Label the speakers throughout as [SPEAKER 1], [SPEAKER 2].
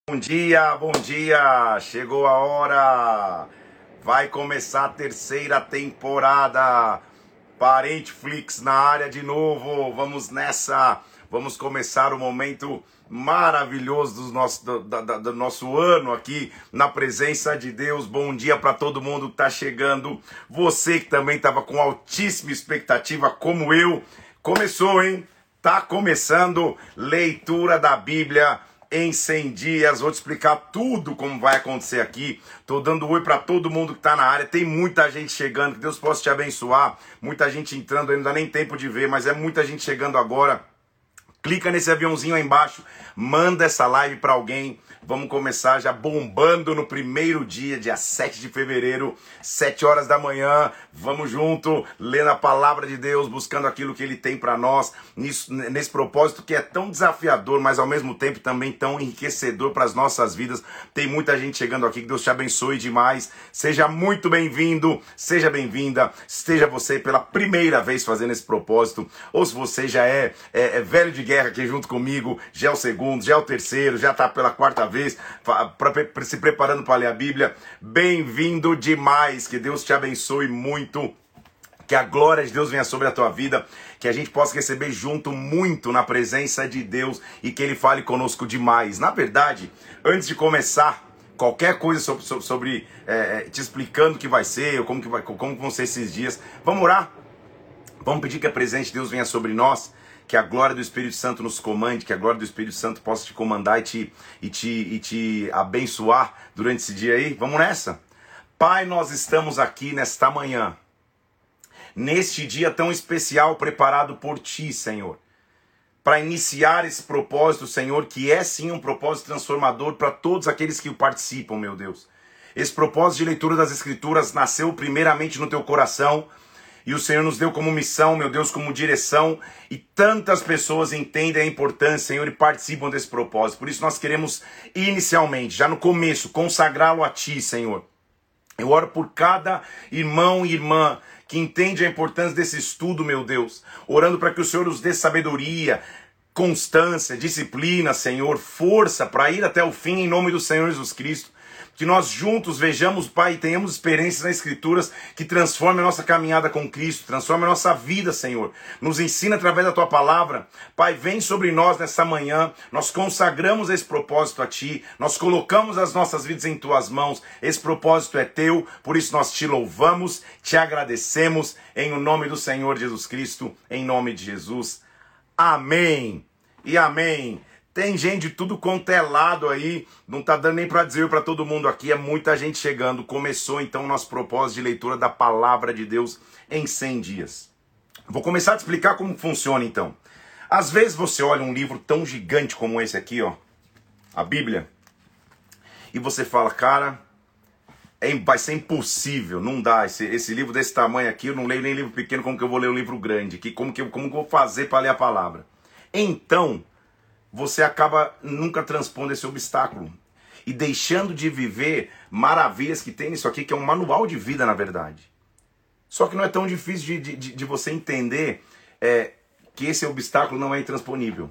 [SPEAKER 1] Bom dia, bom dia! Chegou a hora! Vai começar a terceira temporada. Parentflix na área de novo. Vamos nessa! Vamos começar o momento maravilhoso do nosso ano aqui na presença de Deus. Bom dia para todo mundo que está chegando. Você que também estava com altíssima expectativa, como eu. Começou, hein? Tá começando leitura da Bíblia em 100 dias, vou te explicar tudo como vai acontecer aqui. Tô dando oi para todo mundo que tá na área. Tem muita gente chegando, que Deus possa te abençoar. Muita gente entrando, ainda não dá nem tempo de ver, mas é muita gente chegando agora. Clica nesse aviãozinho aí embaixo, manda essa live para alguém. Vamos começar já bombando no primeiro dia 7 de fevereiro, 7 horas da manhã. Vamos junto, lendo a palavra de Deus, buscando aquilo que Ele tem para nós, nesse propósito que é tão desafiador, mas ao mesmo tempo também tão enriquecedor para as nossas vidas. Tem muita gente chegando aqui, que Deus te abençoe demais. Seja muito bem-vindo, seja bem-vinda. Esteja você pela primeira vez fazendo esse propósito, ou se você já é velho de guerra aqui junto comigo, já é o segundo, já é o terceiro, já está pela quarta vez, se preparando para ler a Bíblia. Bem-vindo demais, que Deus te abençoe muito, que a glória de Deus venha sobre a tua vida, que a gente possa receber junto muito na presença de Deus e que Ele fale conosco demais. Na verdade, antes de começar qualquer coisa sobre te explicando o que vai ser, ou como vão ser esses dias, vamos orar? Vamos pedir que a presença de Deus venha sobre nós, que a glória do Espírito Santo nos comande, que a glória do Espírito Santo possa te comandar e te abençoar durante esse dia aí. Vamos nessa? Pai, nós estamos aqui nesta manhã, neste dia tão especial preparado por Ti, Senhor, para iniciar esse propósito, Senhor, que é sim um propósito transformador para todos aqueles que o participam, meu Deus. Esse propósito de leitura das Escrituras nasceu primeiramente no Teu coração, e o Senhor nos deu como missão, meu Deus, como direção, e tantas pessoas entendem a importância, Senhor, e participam desse propósito. Por isso nós queremos inicialmente, já no começo, consagrá-lo a Ti, Senhor. Eu oro por cada irmão e irmã que entende a importância desse estudo, meu Deus, orando para que o Senhor nos dê sabedoria, constância, disciplina, Senhor, força para ir até o fim, em nome do Senhor Jesus Cristo. Que nós juntos vejamos, Pai, e tenhamos experiências nas Escrituras que transformem a nossa caminhada com Cristo, transformem a nossa vida, Senhor. Nos ensina através da Tua palavra. Pai, vem sobre nós nessa manhã, nós consagramos esse propósito a Ti, nós colocamos as nossas vidas em Tuas mãos, esse propósito é Teu, por isso nós Te louvamos, Te agradecemos, em o nome do Senhor Jesus Cristo, em nome de Jesus. Amém e amém. Tem gente de tudo quanto é lado aí, não tá dando nem para dizer para todo mundo aqui, é muita gente chegando. Começou então o nosso propósito de leitura da palavra de Deus em 100 dias. Vou começar a te explicar como funciona então. Às vezes você olha um livro tão gigante como esse aqui, ó, a Bíblia, e você fala, cara, vai ser impossível, não dá, esse livro desse tamanho aqui, eu não leio nem livro pequeno, como que eu vou ler um livro grande? Como que eu vou fazer para ler a palavra? Então, você acaba nunca transpondo esse obstáculo e deixando de viver maravilhas que tem nisso aqui, que é um manual de vida, na verdade. Só que não é tão difícil de você entender que esse obstáculo não é intransponível.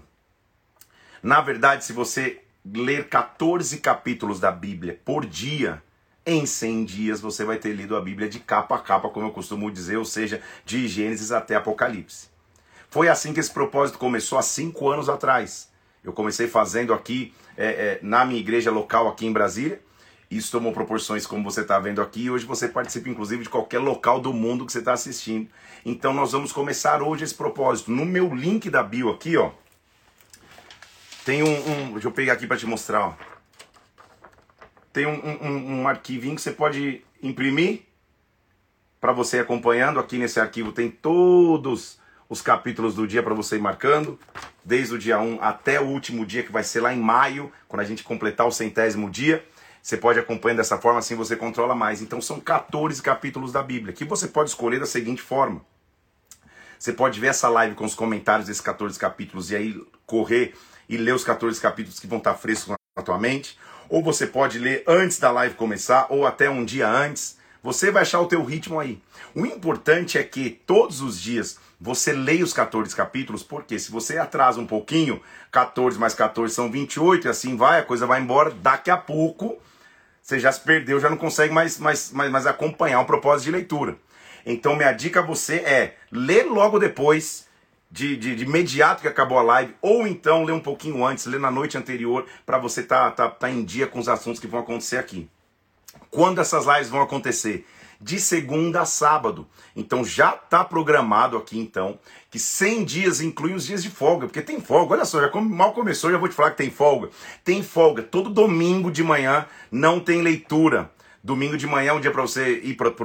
[SPEAKER 1] Na verdade, se você ler 14 capítulos da Bíblia por dia, em 100 dias você vai ter lido a Bíblia de capa a capa, como eu costumo dizer, ou seja, de Gênesis até Apocalipse. Foi assim que esse propósito começou há 5 anos atrás. Eu comecei fazendo aqui na minha igreja local aqui em Brasília. Isso tomou proporções como você está vendo aqui. Hoje você participa inclusive de qualquer local do mundo que você está assistindo. Então nós vamos começar hoje esse propósito. No meu link da bio aqui, ó, tem deixa eu pegar aqui para te mostrar, ó. Tem um arquivinho que você pode imprimir para você ir acompanhando. Aqui nesse arquivo tem todos os capítulos do dia para você ir marcando, desde o dia 1 até o último dia, que vai ser lá em maio, quando a gente completar o 100º dia. Você pode acompanhar dessa forma, assim você controla mais. Então são 14 capítulos da Bíblia, que você pode escolher da seguinte forma. Você pode ver essa live com os comentários desses 14 capítulos e aí correr e ler os 14 capítulos que vão estar frescos na tua mente. Ou você pode ler antes da live começar, ou até um dia antes. Você vai achar o teu ritmo aí. O importante é que todos os dias você leia os 14 capítulos, porque se você atrasa um pouquinho, 14 mais 14 são 28 e assim vai, a coisa vai embora, daqui a pouco você já se perdeu, já não consegue mais acompanhar o propósito de leitura. Então minha dica a você é ler logo depois, de imediato que acabou a live, ou então ler um pouquinho antes, ler na noite anterior, para você tá em dia com os assuntos que vão acontecer aqui. Quando essas lives vão acontecer? De segunda a sábado. Então já está programado aqui então, que 100 dias incluem os dias de folga, porque tem folga, olha só, mal começou, já vou te falar que tem folga. Tem folga, todo domingo de manhã não tem leitura. Domingo de manhã é um dia para você ir pro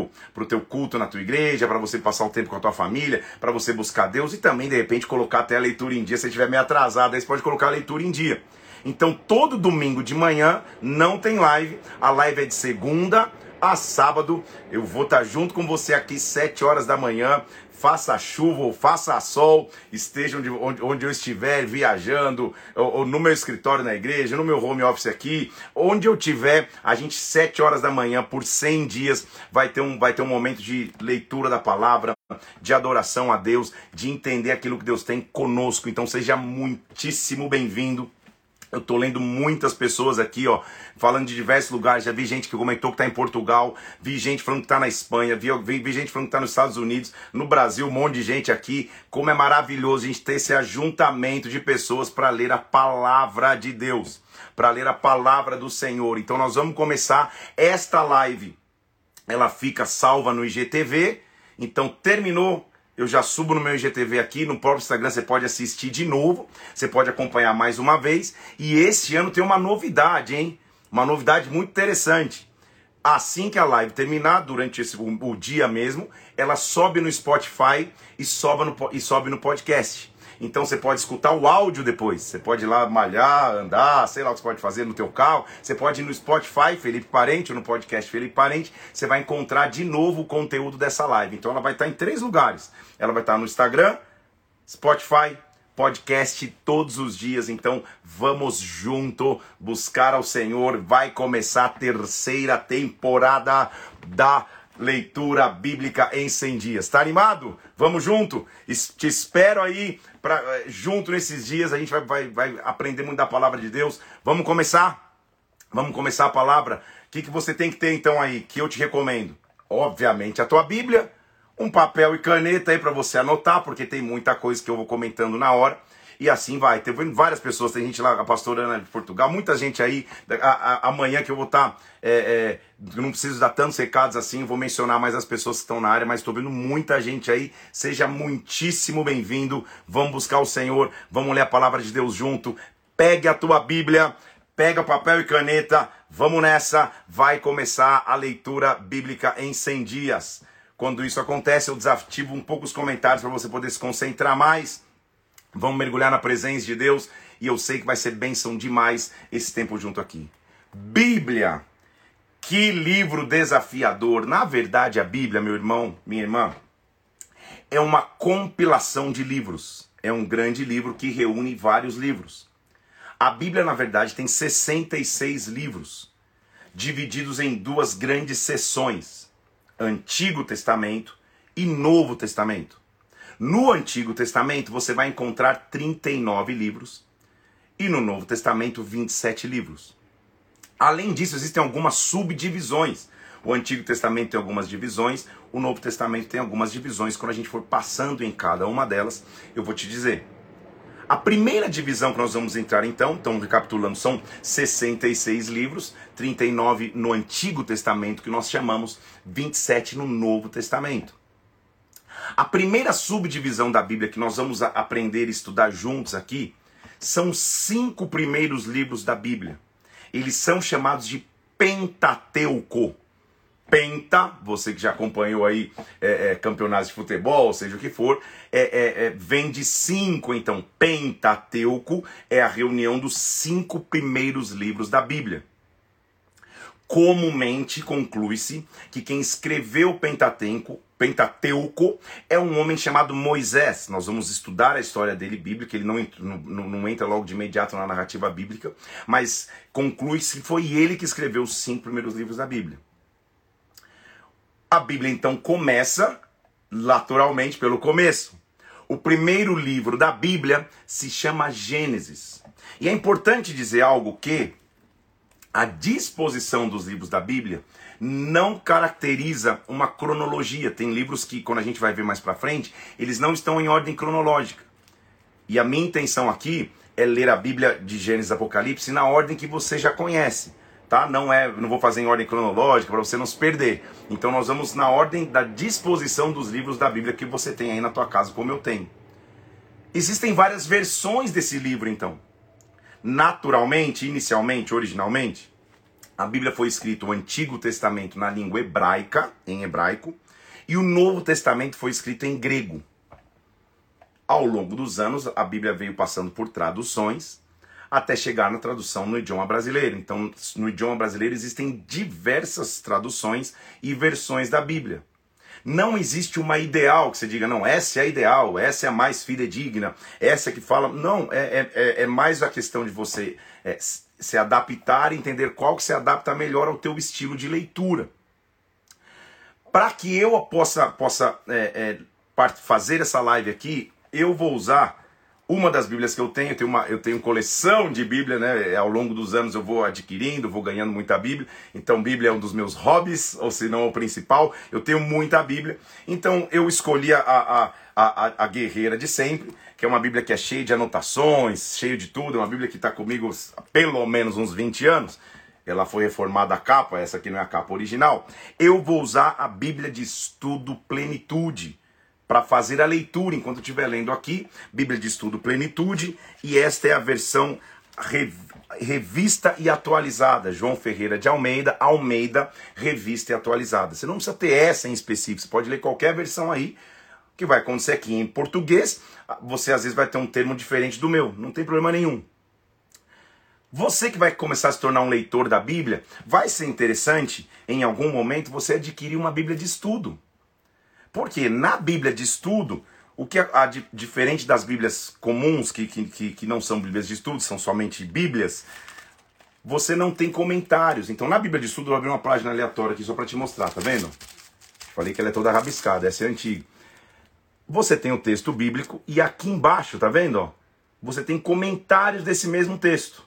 [SPEAKER 1] teu culto na tua igreja, para você passar o tempo com a tua família, para você buscar Deus e também, de repente, colocar até a leitura em dia. Se você estiver meio atrasado, aí você pode colocar a leitura em dia. Então, todo domingo de manhã não tem live. A live é de segunda a sábado. Eu vou estar junto com você aqui 7 horas da manhã. Faça chuva ou faça sol, esteja onde eu estiver viajando, ou no meu escritório na igreja, no meu home office aqui, onde eu estiver, a gente 7 horas da manhã por 100 dias vai ter um momento de leitura da palavra, de adoração a Deus, de entender aquilo que Deus tem conosco. Então seja muitíssimo bem-vindo. Eu tô lendo muitas pessoas aqui, ó, falando de diversos lugares. Já vi gente que comentou que tá em Portugal, vi gente falando que tá na Espanha, vi gente falando que tá nos Estados Unidos, no Brasil, um monte de gente aqui. Como é maravilhoso a gente ter esse ajuntamento de pessoas para ler a palavra de Deus, para ler a palavra do Senhor. Então nós vamos começar esta live. Ela fica salva no IGTV. Então terminou, eu já subo no meu IGTV aqui, no próprio Instagram você pode assistir de novo, você pode acompanhar mais uma vez. E esse ano tem uma novidade, hein? Uma novidade muito interessante. Assim que a live terminar, durante o dia mesmo, ela sobe no Spotify e sobe no podcast. Então você pode escutar o áudio depois. Você pode ir lá malhar, andar, sei lá o que você pode fazer no teu carro. Você pode ir no Spotify, Felipe Parente, ou no podcast Felipe Parente. Você vai encontrar de novo o conteúdo dessa live. Então ela vai estar em 3 lugares. Ela vai estar no Instagram, Spotify, podcast todos os dias. Então vamos junto buscar ao Senhor. Vai começar a 3ª temporada da leitura bíblica em 100 dias. Tá animado? Vamos junto? Te espero aí, junto nesses dias. A gente vai aprender muito da palavra de Deus. Vamos começar? Vamos começar a palavra? O que você tem que ter então aí, que eu te recomendo? Obviamente a tua Bíblia, um papel e caneta aí para você anotar, porque tem muita coisa que eu vou comentando na hora. E assim vai. Teve várias pessoas, tem gente lá, a pastora Ana de Portugal, muita gente aí. Amanhã que eu vou estar. Não preciso dar tantos recados assim, vou mencionar mais as pessoas que estão na área, mas estou vendo muita gente aí. Seja muitíssimo bem-vindo. Vamos buscar o Senhor, vamos ler a palavra de Deus junto. Pegue a tua Bíblia, pega papel e caneta, vamos nessa. Vai começar a leitura bíblica em 100 dias. Quando isso acontece, eu desativo um pouco os comentários para você poder se concentrar mais. Vamos mergulhar na presença de Deus e eu sei que vai ser bênção demais esse tempo junto aqui. Bíblia, que livro desafiador. Na verdade, a Bíblia, meu irmão, minha irmã, é uma compilação de livros. É um grande livro que reúne vários livros. A Bíblia, na verdade, tem 66 livros, divididos em 2 grandes seções: Antigo Testamento e Novo Testamento. No Antigo Testamento você vai encontrar 39 livros e no Novo Testamento 27 livros. Além disso, existem algumas subdivisões. O Antigo Testamento tem algumas divisões, o Novo Testamento tem algumas divisões. Quando a gente for passando em cada uma delas, eu vou te dizer. A primeira divisão que nós vamos entrar então recapitulando, são 66 livros, 39 no Antigo Testamento, que nós chamamos, 27 no Novo Testamento. A primeira subdivisão da Bíblia que nós vamos aprender e estudar juntos aqui são os 5 primeiros livros da Bíblia. Eles são chamados de Pentateuco. Penta, você que já acompanhou aí campeonatos de futebol, seja o que for, vem de 5, então Pentateuco é a reunião dos 5 primeiros livros da Bíblia. Comumente conclui-se que quem escreveu o Pentateuco é um homem chamado Moisés. Nós vamos estudar a história dele bíblica, ele não entra logo de imediato na narrativa bíblica, mas conclui-se que foi ele que escreveu os 5 primeiros livros da Bíblia. A Bíblia então começa naturalmente pelo começo. O primeiro livro da Bíblia se chama Gênesis. E é importante dizer algo que a disposição dos livros da Bíblia não caracteriza uma cronologia. Tem livros que, quando a gente vai ver mais para frente, eles não estão em ordem cronológica. E a minha intenção aqui é ler a Bíblia de Gênesis e Apocalipse na ordem que você já conhece. Tá? Não vou fazer em ordem cronológica para você não se perder. Então nós vamos na ordem da disposição dos livros da Bíblia que você tem aí na tua casa, como eu tenho. Existem várias versões desse livro, então. Naturalmente, inicialmente, originalmente, a Bíblia foi escrita, o Antigo Testamento, na língua hebraica, em hebraico, e o Novo Testamento foi escrito em grego. Ao longo dos anos, a Bíblia veio passando por traduções, até chegar na tradução no idioma brasileiro. Então, no idioma brasileiro existem diversas traduções e versões da Bíblia. Não existe uma ideal que você diga, não, essa é a ideal, essa é a mais fidedigna, essa é que fala... Não, é mais a questão de você se adaptar e entender qual que se adapta melhor ao teu estilo de leitura. Para que eu possa fazer essa live aqui, eu vou usar uma das Bíblias que eu tenho. Eu tenho coleção de Bíblia, né? Ao longo dos anos eu vou adquirindo, vou ganhando muita Bíblia. Então Bíblia é um dos meus hobbies, ou se não o principal. Eu tenho muita Bíblia. Então eu escolhi a guerreira de sempre, que é uma Bíblia que é cheia de anotações, cheia de tudo. É uma Bíblia que está comigo há pelo menos uns 20 anos. Ela foi reformada a capa, essa aqui não é a capa original. Eu vou usar a Bíblia de Estudo Plenitude para fazer a leitura enquanto eu estiver lendo aqui, Bíblia de Estudo Plenitude, e esta é a versão revista e atualizada, João Ferreira de Almeida, revista e atualizada. Você não precisa ter essa em específico, você pode ler qualquer versão aí. O que vai acontecer aqui em português, você às vezes vai ter um termo diferente do meu, não tem problema nenhum. Você que vai começar a se tornar um leitor da Bíblia, vai ser interessante, em algum momento, você adquirir uma Bíblia de estudo. Porque na Bíblia de estudo, o que diferente das Bíblias comuns, que não são Bíblias de estudo, são somente Bíblias, você não tem comentários. Então na Bíblia de estudo, eu vou abrir uma página aleatória aqui só para te mostrar, tá vendo? Falei que ela é toda rabiscada, essa é antiga. Você tem o texto bíblico e aqui embaixo, tá vendo? Ó, você tem comentários desse mesmo texto.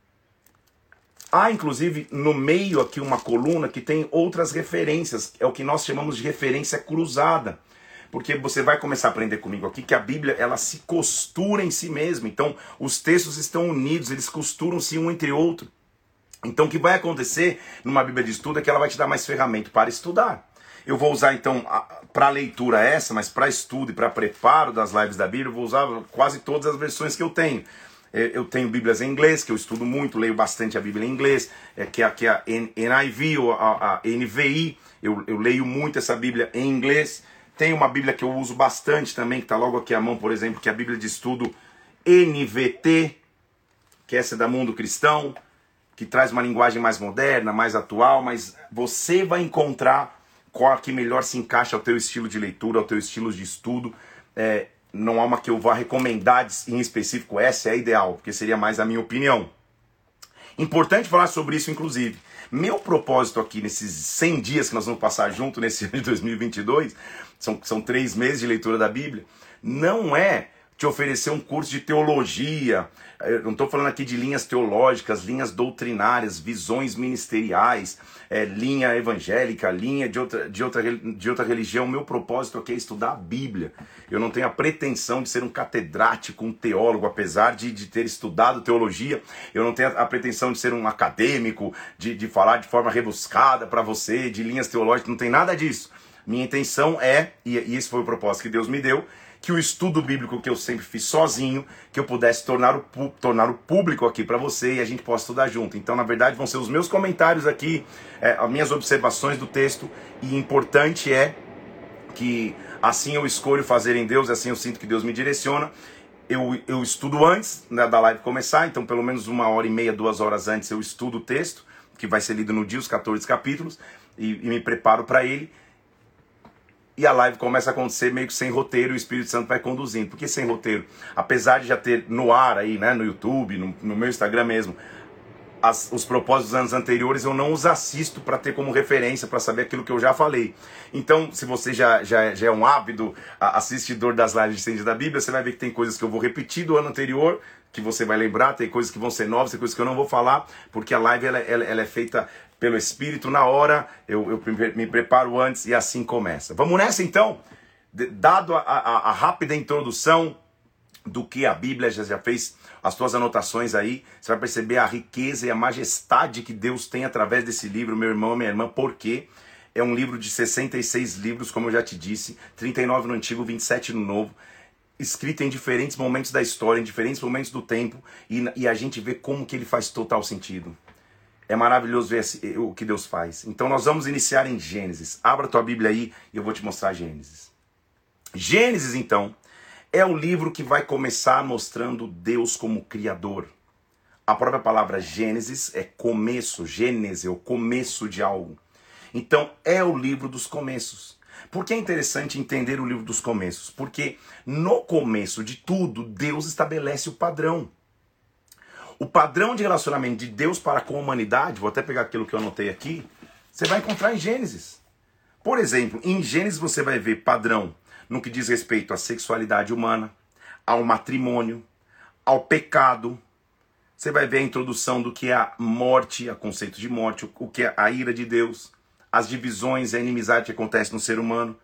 [SPEAKER 1] Há, inclusive, no meio aqui uma coluna que tem outras referências. É o que nós chamamos de referência cruzada. Porque você vai começar a aprender comigo aqui que a Bíblia, ela se costura em si mesma. Então, os textos estão unidos, eles costuram-se um entre outro. Então, o que vai acontecer numa Bíblia de estudo é que ela vai te dar mais ferramenta para estudar. Eu vou usar, então, para leitura essa, mas para estudo e para preparo das lives da Bíblia, eu vou usar quase todas as versões que eu tenho. Eu tenho Bíblias em inglês, que eu estudo muito, leio bastante a Bíblia em inglês, que é a NIV ou a NVI, eu leio muito essa Bíblia em inglês. Tem uma Bíblia que eu uso bastante também, que está logo aqui à mão, por exemplo, que é a Bíblia de estudo NVT, que essa é da Mundo Cristão, que traz uma linguagem mais moderna, mais atual, mas você vai encontrar qual que melhor se encaixa ao teu estilo de leitura, ao teu estilo de estudo. Não há uma que eu vá recomendar em específico, essa é a ideal, porque seria mais a minha opinião. Importante falar sobre isso, inclusive. Meu propósito aqui, nesses 100 dias que nós vamos passar junto nesse ano de 2022, são 3 meses de leitura da Bíblia, não é te oferecer um curso de teologia. Eu não estou falando aqui de linhas teológicas, linhas doutrinárias, visões ministeriais, linha evangélica, linha de outra religião. Meu propósito aqui é estudar a Bíblia. Eu não tenho a pretensão de ser um catedrático, um teólogo, apesar de ter estudado teologia. Eu não tenho a pretensão de ser um acadêmico, de falar de forma rebuscada para você, de linhas teológicas, não tem nada disso. Minha intenção e esse foi o propósito que Deus me deu, que o estudo bíblico que eu sempre fiz sozinho, que eu pudesse tornar o público aqui para você e a gente possa estudar junto. Então, na verdade, vão ser os meus comentários aqui, as minhas observações do texto, e importante é que assim eu escolho fazer em Deus, assim eu sinto que Deus me direciona. Eu estudo antes, né, da live começar, então pelo menos 1h30, 2 horas antes eu estudo o texto, que vai ser lido no dia, os 14 capítulos, e me preparo para ele. E a live começa a acontecer meio que sem roteiro, e o Espírito Santo vai conduzindo. Por que sem roteiro? Apesar de já ter no ar aí, né, no YouTube, no meu Instagram mesmo, os propósitos dos anos anteriores, eu não os assisto para ter como referência, para saber aquilo que eu já falei. Então, se você já é um ávido assistidor das lives de Ciência da Bíblia, você vai ver que tem coisas que eu vou repetir do ano anterior, que você vai lembrar, tem coisas que vão ser novas, tem coisas que eu não vou falar, porque a live ela é feita pelo Espírito na hora, eu me preparo antes e assim começa. Vamos nessa então? Dado a rápida introdução do que a Bíblia já fez, as tuas anotações aí, você vai perceber a riqueza e a majestade que Deus tem através desse livro, meu irmão, minha irmã, porque é um livro de 66 livros, como eu já te disse, 39 no Antigo, 27 no Novo, escrito em diferentes momentos da história, em diferentes momentos do tempo, e a gente vê como que ele faz total sentido. É maravilhoso ver o que Deus faz. Então nós vamos iniciar em Gênesis. Abra tua Bíblia aí e eu vou te mostrar Gênesis. Gênesis, então, é o livro que vai começar mostrando Deus como Criador. A própria palavra Gênesis é começo, Gênese, é o começo de algo. Então, é o livro dos começos. Por que é interessante entender o livro dos começos? Porque no começo de tudo, Deus estabelece o padrão. O padrão de relacionamento de Deus para com a humanidade, vou até pegar aquilo que eu anotei aqui, você vai encontrar em Gênesis. Por exemplo, em Gênesis você vai ver padrão no que diz respeito à sexualidade humana, ao matrimônio, ao pecado. Você vai ver a introdução do que é a morte, o conceito de morte, o que é a ira de Deus, as divisões e a inimizade que acontece no ser humano,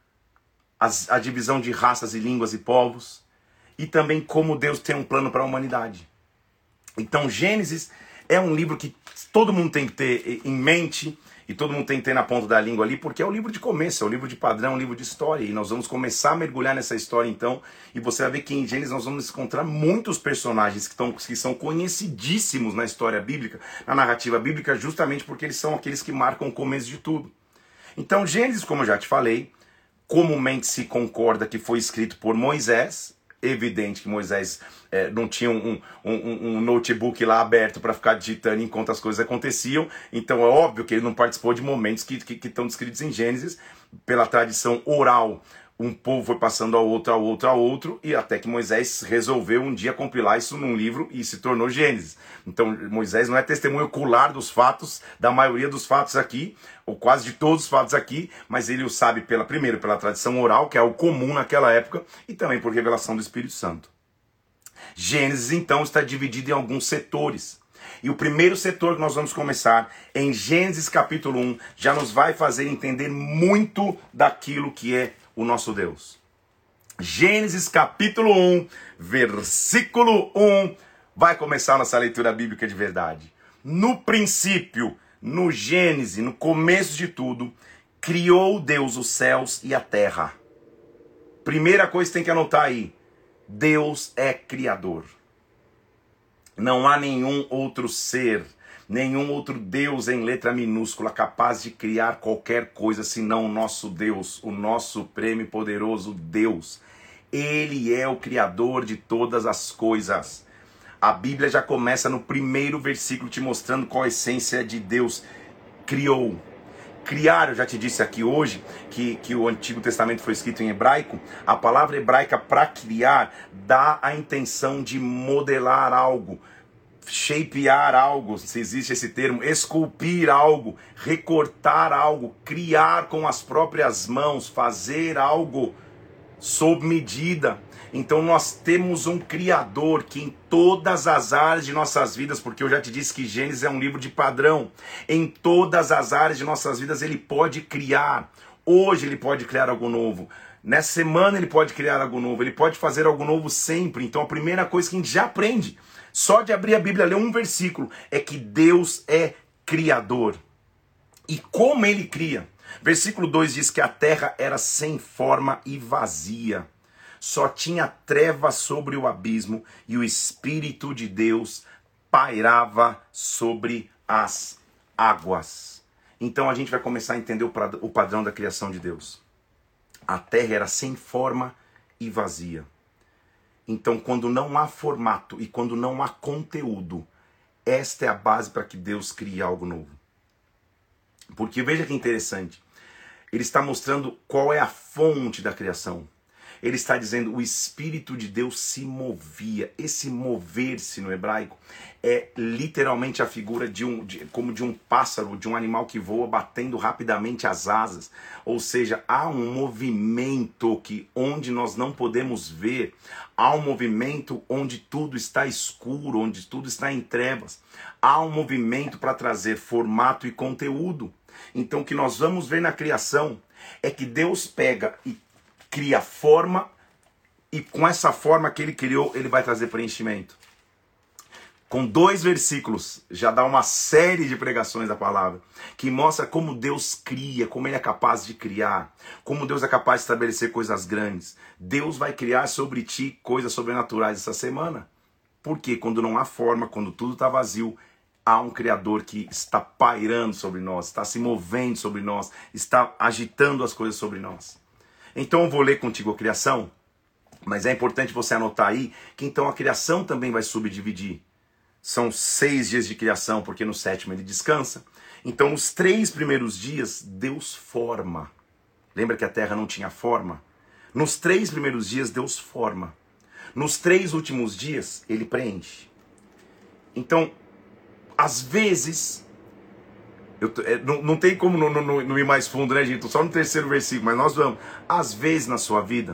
[SPEAKER 1] a divisão de raças e línguas e povos, e também como Deus tem um plano para a humanidade. Então Gênesis é um livro que todo mundo tem que ter em mente, e todo mundo tem que ter na ponta da língua ali, porque é o livro de começo, é o livro de padrão, é um livro de história. E nós vamos começar a mergulhar nessa história então. E você vai ver que em Gênesis nós vamos encontrar muitos personagens que são conhecidíssimos na história bíblica, na narrativa bíblica, justamente porque eles são aqueles que marcam o começo de tudo. Então Gênesis, como eu já te falei, comumente se concorda que foi escrito por Moisés. Evidente que Moisés não tinha um notebook lá aberto para ficar digitando enquanto as coisas aconteciam. Então é óbvio que ele não participou de momentos que estão descritos em Gênesis. Pela tradição oral, um povo foi passando ao outro, e até que Moisés resolveu um dia compilar isso num livro e se tornou Gênesis. Então Moisés não é testemunho ocular dos fatos, da maioria dos fatos aqui, ou quase de todos os fatos aqui, mas ele o sabe primeiro pela tradição oral, que é o comum naquela época, e também por revelação do Espírito Santo. Gênesis então está dividido em alguns setores. E o primeiro setor que nós vamos começar em Gênesis capítulo 1 já nos vai fazer entender muito daquilo que é o nosso Deus. Gênesis capítulo 1, versículo 1, vai começar nossa leitura bíblica de verdade. No princípio, no Gênesis, no começo de tudo, criou Deus os céus e a terra. Primeira coisa que tem que anotar aí, Deus é criador. Não há nenhum outro ser, nenhum outro Deus em letra minúscula capaz de criar qualquer coisa senão o nosso Deus, o nosso supremo e poderoso Deus. Ele é o criador de todas as coisas. A Bíblia já começa no primeiro versículo te mostrando qual a essência de Deus. Criou. Criar, eu já te disse aqui hoje que o Antigo Testamento foi escrito em hebraico. A palavra hebraica para criar dá a intenção de modelar algo, shapear algo, se existe esse termo, esculpir algo, recortar algo, criar com as próprias mãos, fazer algo sob medida. Então nós temos um Criador que em todas as áreas de nossas vidas, porque eu já te disse que Gênesis é um livro de padrão, em todas as áreas de nossas vidas ele pode criar. Hoje ele pode criar algo novo, nessa semana ele pode criar algo novo, ele pode fazer algo novo sempre. Então a primeira coisa que a gente já aprende, só de abrir a Bíblia, ler um versículo, é que Deus é Criador. E como ele cria? Versículo 2 diz que a terra era sem forma e vazia. Só tinha trevas sobre o abismo e o Espírito de Deus pairava sobre as águas. Então a gente vai começar a entender o padrão da criação de Deus. A terra era sem forma e vazia. Então quando não há formato e quando não há conteúdo, esta é a base para que Deus crie algo novo. Porque veja que interessante, ele está mostrando qual é a fonte da criação. Ele está dizendo, o Espírito de Deus se movia. Esse mover-se no hebraico é literalmente a figura como de um pássaro, de um animal que voa batendo rapidamente as asas. Ou seja, há um movimento que onde nós não podemos ver, há um movimento onde tudo está escuro, onde tudo está em trevas. Há um movimento para trazer formato e conteúdo. Então o que nós vamos ver na criação é que Deus pega e cria forma, e com essa forma que ele criou, ele vai trazer preenchimento. Com 2 versículos, já dá uma série de pregações da palavra, que mostra como Deus cria, como ele é capaz de criar, como Deus é capaz de estabelecer coisas grandes. Deus vai criar sobre ti coisas sobrenaturais essa semana. Porque quando não há forma, quando tudo está vazio, há um Criador que está pairando sobre nós, está se movendo sobre nós, está agitando as coisas sobre nós. Então eu vou ler contigo a criação, mas é importante você anotar aí que então a criação também vai subdividir. São 6 dias de criação, porque no 7º ele descansa. Então nos 3 primeiros dias, Deus forma. Lembra que a terra não tinha forma? Nos 3 primeiros dias, Deus forma. Nos 3 últimos dias, ele preenche. Então, às vezes, não tem como não ir mais fundo, né, gente? Só no 3º versículo, mas nós vamos. Às vezes na sua vida,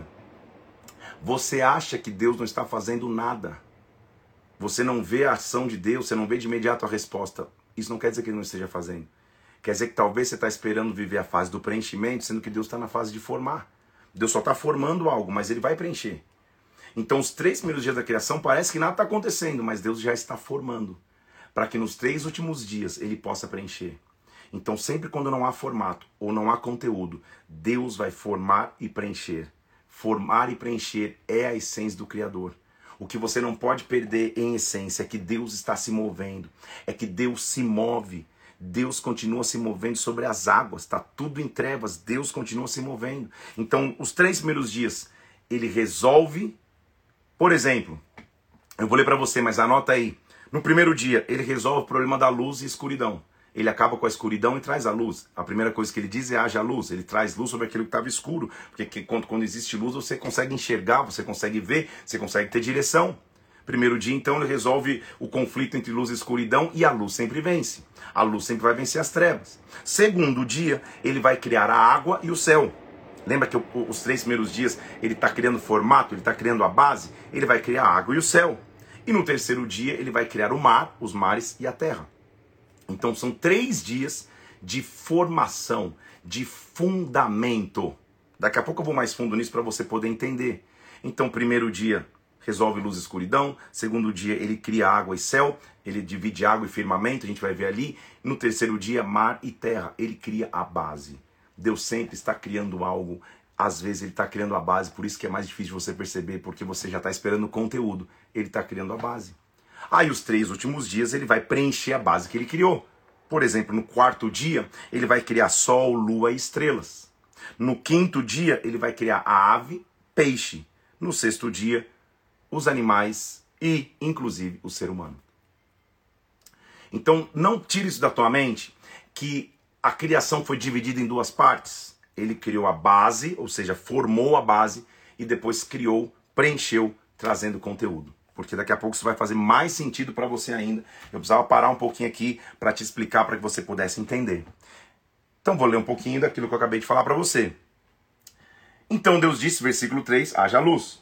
[SPEAKER 1] você acha que Deus não está fazendo nada. Você não vê a ação de Deus, você não vê de imediato a resposta. Isso não quer dizer que Ele não esteja fazendo. Quer dizer que talvez você está esperando viver a fase do preenchimento, sendo que Deus está na fase de formar. Deus só está formando algo, mas Ele vai preencher. Então os 3 primeiros dias da criação parece que nada está acontecendo, mas Deus já está formando. Para que nos 3 últimos dias Ele possa preencher. Então sempre quando não há formato ou não há conteúdo, Deus vai formar e preencher. Formar e preencher é a essência do Criador. O que você não pode perder em essência é que Deus está se movendo, é que Deus se move, Deus continua se movendo sobre as águas, está tudo em trevas, Deus continua se movendo. Então, os 3 primeiros dias, ele resolve, por exemplo, eu vou ler para você, mas anota aí, no primeiro dia, ele resolve o problema da luz e escuridão. Ele acaba com a escuridão e traz a luz. A primeira coisa que ele diz é haja luz. Ele traz luz sobre aquilo que estava escuro. Porque quando existe luz, você consegue enxergar, você consegue ver, você consegue ter direção. Primeiro dia, então, ele resolve o conflito entre luz e escuridão e a luz sempre vence. A luz sempre vai vencer as trevas. Segundo dia, ele vai criar a água e o céu. Lembra que os 3 primeiros dias ele está criando formato, ele está criando a base? Ele vai criar a água e o céu. E no terceiro dia, ele vai criar o mar, os mares e a terra. Então são 3 dias de formação, de fundamento. Daqui a pouco eu vou mais fundo nisso para você poder entender. Então, primeiro dia resolve luz e escuridão. Segundo dia ele cria água e céu. Ele divide água e firmamento, a gente vai ver ali. No terceiro dia, mar e terra. Ele cria a base. Deus sempre está criando algo. Às vezes ele está criando a base, por isso que é mais difícil de você perceber, porque você já está esperando o conteúdo. Ele está criando a base. Aí os 3 últimos dias ele vai preencher a base que ele criou. Por exemplo, no 4º dia ele vai criar sol, lua e estrelas. No 5º dia ele vai criar a ave, peixe. No 6º dia os animais e inclusive o ser humano. Então não tire isso da tua mente que a criação foi dividida em 2 partes. Ele criou a base, ou seja, formou a base e depois criou, preencheu, trazendo conteúdo. Porque daqui a pouco isso vai fazer mais sentido para você ainda. Eu precisava parar um pouquinho aqui para te explicar, para que você pudesse entender. Então vou ler um pouquinho daquilo que eu acabei de falar para você. Então Deus disse, versículo 3, haja luz.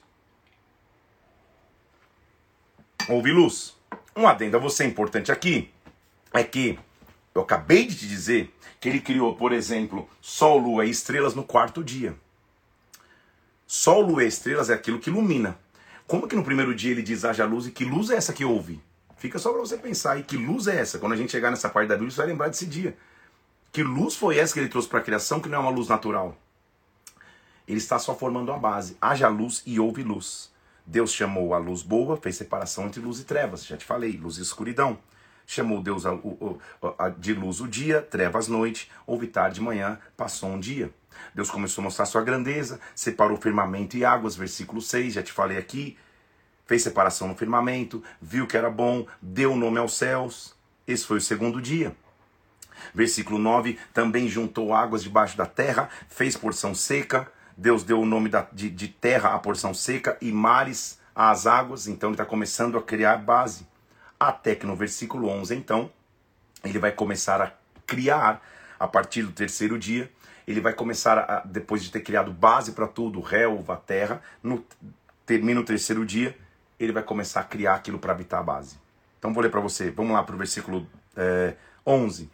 [SPEAKER 1] Houve luz. Um adendo a você importante aqui é que eu acabei de te dizer que ele criou, por exemplo, sol, lua e estrelas no 4º dia. Sol, lua e estrelas é aquilo que ilumina. Como que no primeiro dia ele diz haja luz e que luz é essa que houve? Fica só para você pensar aí, que luz é essa? Quando a gente chegar nessa parte da Bíblia, você vai lembrar desse dia. Que luz foi essa que ele trouxe para a criação, que não é uma luz natural? Ele está só formando a base. Haja luz e houve luz. Deus chamou a luz boa, fez separação entre luz e trevas. Já te falei, luz e escuridão. Chamou Deus de luz o dia, trevas noite, houve tarde e manhã, passou um dia. Deus começou a mostrar sua grandeza, separou firmamento e águas, versículo 6, já te falei aqui. Fez separação no firmamento, viu que era bom, deu nome aos céus. Esse foi o 2º dia. Versículo 9, também juntou águas debaixo da terra, fez porção seca, Deus deu o nome de terra à porção seca e mares às águas. Então ele está começando a criar base. Até que no versículo 11, então, ele vai começar a criar, a partir do terceiro dia, ele vai começar, depois de ter criado base para tudo, relva, terra, termina o terceiro dia, ele vai começar a criar aquilo para habitar a base. Então vou ler para você, vamos lá para o versículo 11.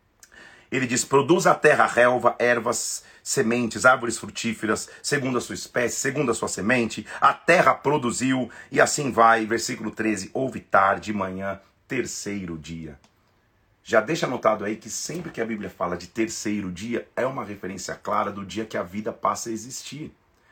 [SPEAKER 1] Ele diz: produz a terra relva, ervas, sementes, árvores frutíferas, segundo a sua espécie, segundo a sua semente. A terra produziu, e assim vai. Versículo 13, houve tarde, manhã, terceiro dia. Já deixa anotado aí que sempre que a Bíblia fala de terceiro dia, é uma referência clara do dia que a vida passa a existir.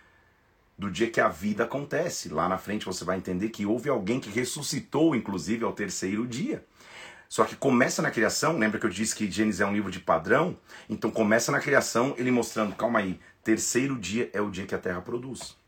[SPEAKER 1] Do dia que a vida acontece. Lá na frente você vai entender que houve alguém que ressuscitou, inclusive, ao terceiro dia. Só que começa na criação, lembra que eu disse que Gênesis é um livro de padrão? Então começa na criação, ele mostrando, calma aí, terceiro dia é o dia que a terra produz.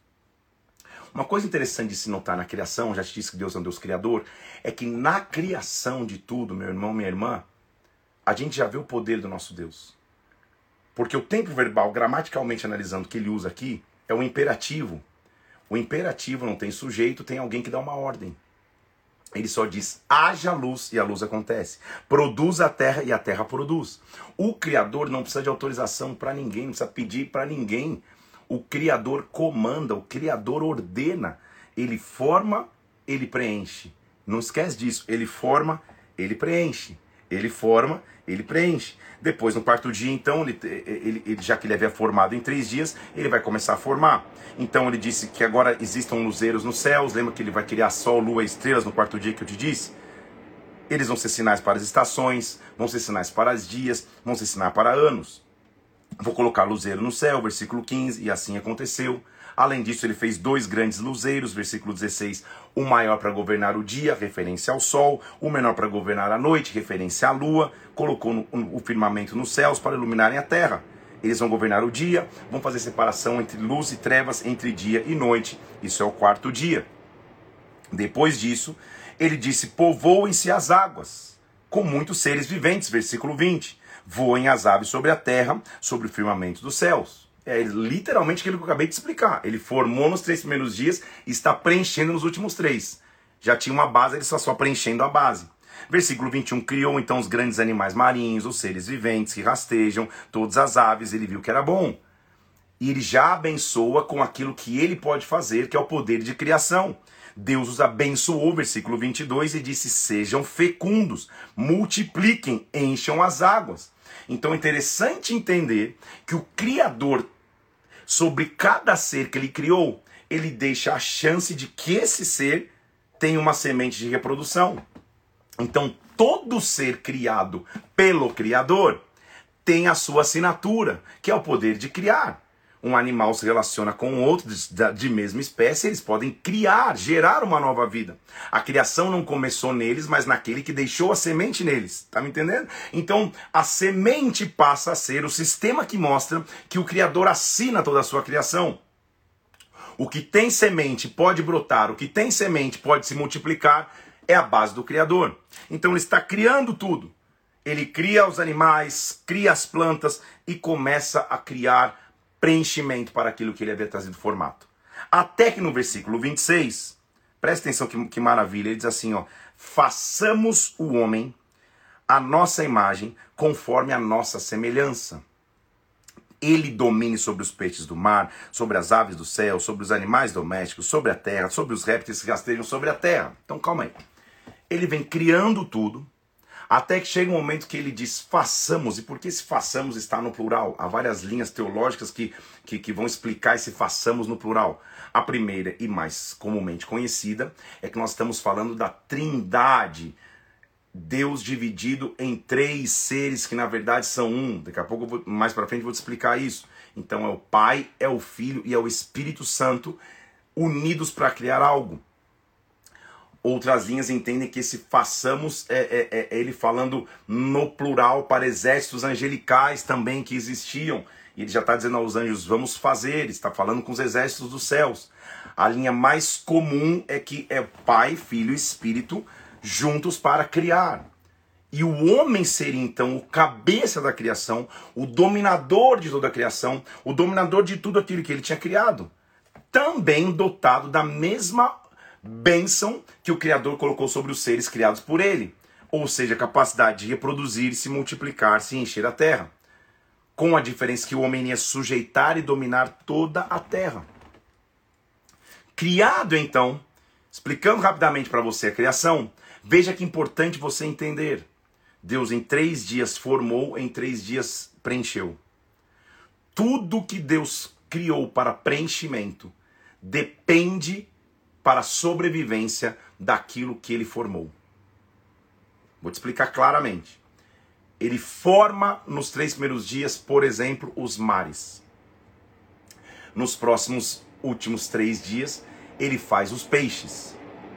[SPEAKER 1] Uma coisa interessante de se notar na criação, já te disse que Deus é um Deus criador, é que na criação de tudo, meu irmão, minha irmã, a gente já vê o poder do nosso Deus. Porque o tempo verbal, gramaticalmente analisando, que ele usa aqui, é o imperativo. O imperativo não tem sujeito, tem alguém que dá uma ordem. Ele só diz, haja luz, e a luz acontece. Produz a terra, e a terra produz. O Criador não precisa de autorização para ninguém, não precisa pedir para ninguém. O Criador comanda, o Criador ordena. Ele forma, ele preenche. Não esquece disso. Ele forma, ele preenche. Ele forma, ele preenche. Depois, no quarto dia, então, já que ele havia formado em 3 dias, ele vai começar a formar. Então ele disse que agora existam luzeiros nos céus. Lembra que ele vai criar sol, lua e estrelas no quarto dia que eu te disse? Eles vão ser sinais para as estações, vão ser sinais para os dias, vão ser sinais para anos. Vou colocar luzeiro no céu, versículo 15, e assim aconteceu. Além disso, ele fez 2 grandes luzeiros, versículo 16, o maior para governar o dia, referência ao sol, o menor para governar a noite, referência à lua, colocou o firmamento nos céus para iluminarem a terra. Eles vão governar o dia, vão fazer separação entre luz e trevas, entre dia e noite. Isso é o quarto dia. Depois disso, ele disse, povoem-se as águas, com muitos seres viventes, versículo 20. Voem as aves sobre a terra, sobre o firmamento dos céus. É literalmente aquilo que eu acabei de explicar. Ele formou nos 3 primeiros dias e está preenchendo nos últimos 3. Já tinha uma base, ele está só preenchendo a base. Versículo 21, criou então os grandes animais marinhos, os seres viventes que rastejam, todas as aves, ele viu que era bom. E ele já abençoa com aquilo que ele pode fazer, que é o poder de criação. Deus os abençoou, versículo 22, e disse, sejam fecundos, multipliquem, encham as águas. Então é interessante entender que o Criador, sobre cada ser que ele criou, ele deixa a chance de que esse ser tenha uma semente de reprodução. Então todo ser criado pelo Criador tem a sua assinatura, que é o poder de criar. Um animal se relaciona com outro de mesma espécie, eles podem criar, gerar uma nova vida. A criação não começou neles, mas naquele que deixou a semente neles. Tá me entendendo? Então, a semente passa a ser o sistema que mostra que o Criador assina toda a sua criação. O que tem semente pode brotar, o que tem semente pode se multiplicar, é a base do Criador. Então, ele está criando tudo. Ele cria os animais, cria as plantas e começa a criar preenchimento para aquilo que ele havia trazido formato. Até que no versículo 26, presta atenção que maravilha, ele diz assim, ó, façamos o homem a nossa imagem, conforme a nossa semelhança. Ele domine sobre os peixes do mar, sobre as aves do céu, sobre os animais domésticos, sobre a terra, sobre os répteis que rastejam sobre a terra. Então calma aí. Ele vem criando tudo, até que chega um momento que ele diz façamos. E por que esse façamos está no plural? Há várias linhas teológicas que vão explicar esse façamos no plural. A primeira e mais comumente conhecida é que nós estamos falando da Trindade. Deus dividido em 3 seres que na verdade são um. Daqui a pouco, mais para frente, eu vou te explicar isso. Então é o Pai, é o Filho e é o Espírito Santo unidos para criar algo. Outras linhas entendem que esse façamos é ele falando no plural para exércitos angelicais também que existiam. E ele já está dizendo aos anjos, vamos fazer, ele está falando com os exércitos dos céus. A linha mais comum é que é Pai, Filho e Espírito juntos para criar. E o homem seria então o cabeça da criação, o dominador de toda a criação, o dominador de tudo aquilo que ele tinha criado. Também dotado da mesma bênção que o Criador colocou sobre os seres criados por ele. Ou seja, a capacidade de reproduzir, se multiplicar, se encher a terra. Com a diferença que o homem ia sujeitar e dominar toda a terra. Criado então, explicando rapidamente para você a criação, veja que é importante você entender. Deus em 3 dias formou, em 3 dias preencheu. Tudo que Deus criou para preenchimento depende para a sobrevivência daquilo que ele formou. Vou te explicar claramente. Ele forma nos 3 primeiros dias, por exemplo, os mares. Nos próximos últimos 3 dias, ele faz os peixes.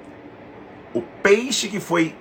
[SPEAKER 1] O peixe que foi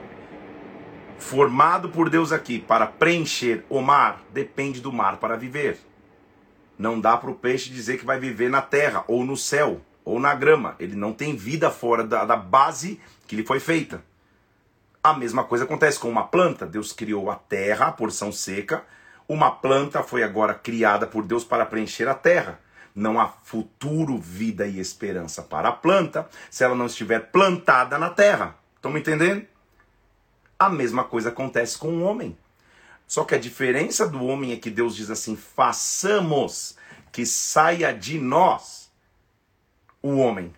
[SPEAKER 1] formado por Deus aqui para preencher o mar, depende do mar para viver. Não dá para o peixe dizer que vai viver na terra, ou no céu, ou na grama. Ele não tem vida fora da base que lhe foi feita. A mesma coisa acontece com uma planta. Deus criou a terra, a porção seca. Uma planta foi agora criada por Deus para preencher a terra. Não há futuro, vida e esperança para a planta se ela não estiver plantada na terra. Estão me entendendo? A mesma coisa acontece com o homem. Só que a diferença do homem é que Deus diz assim: façamos que saia de nós o homem,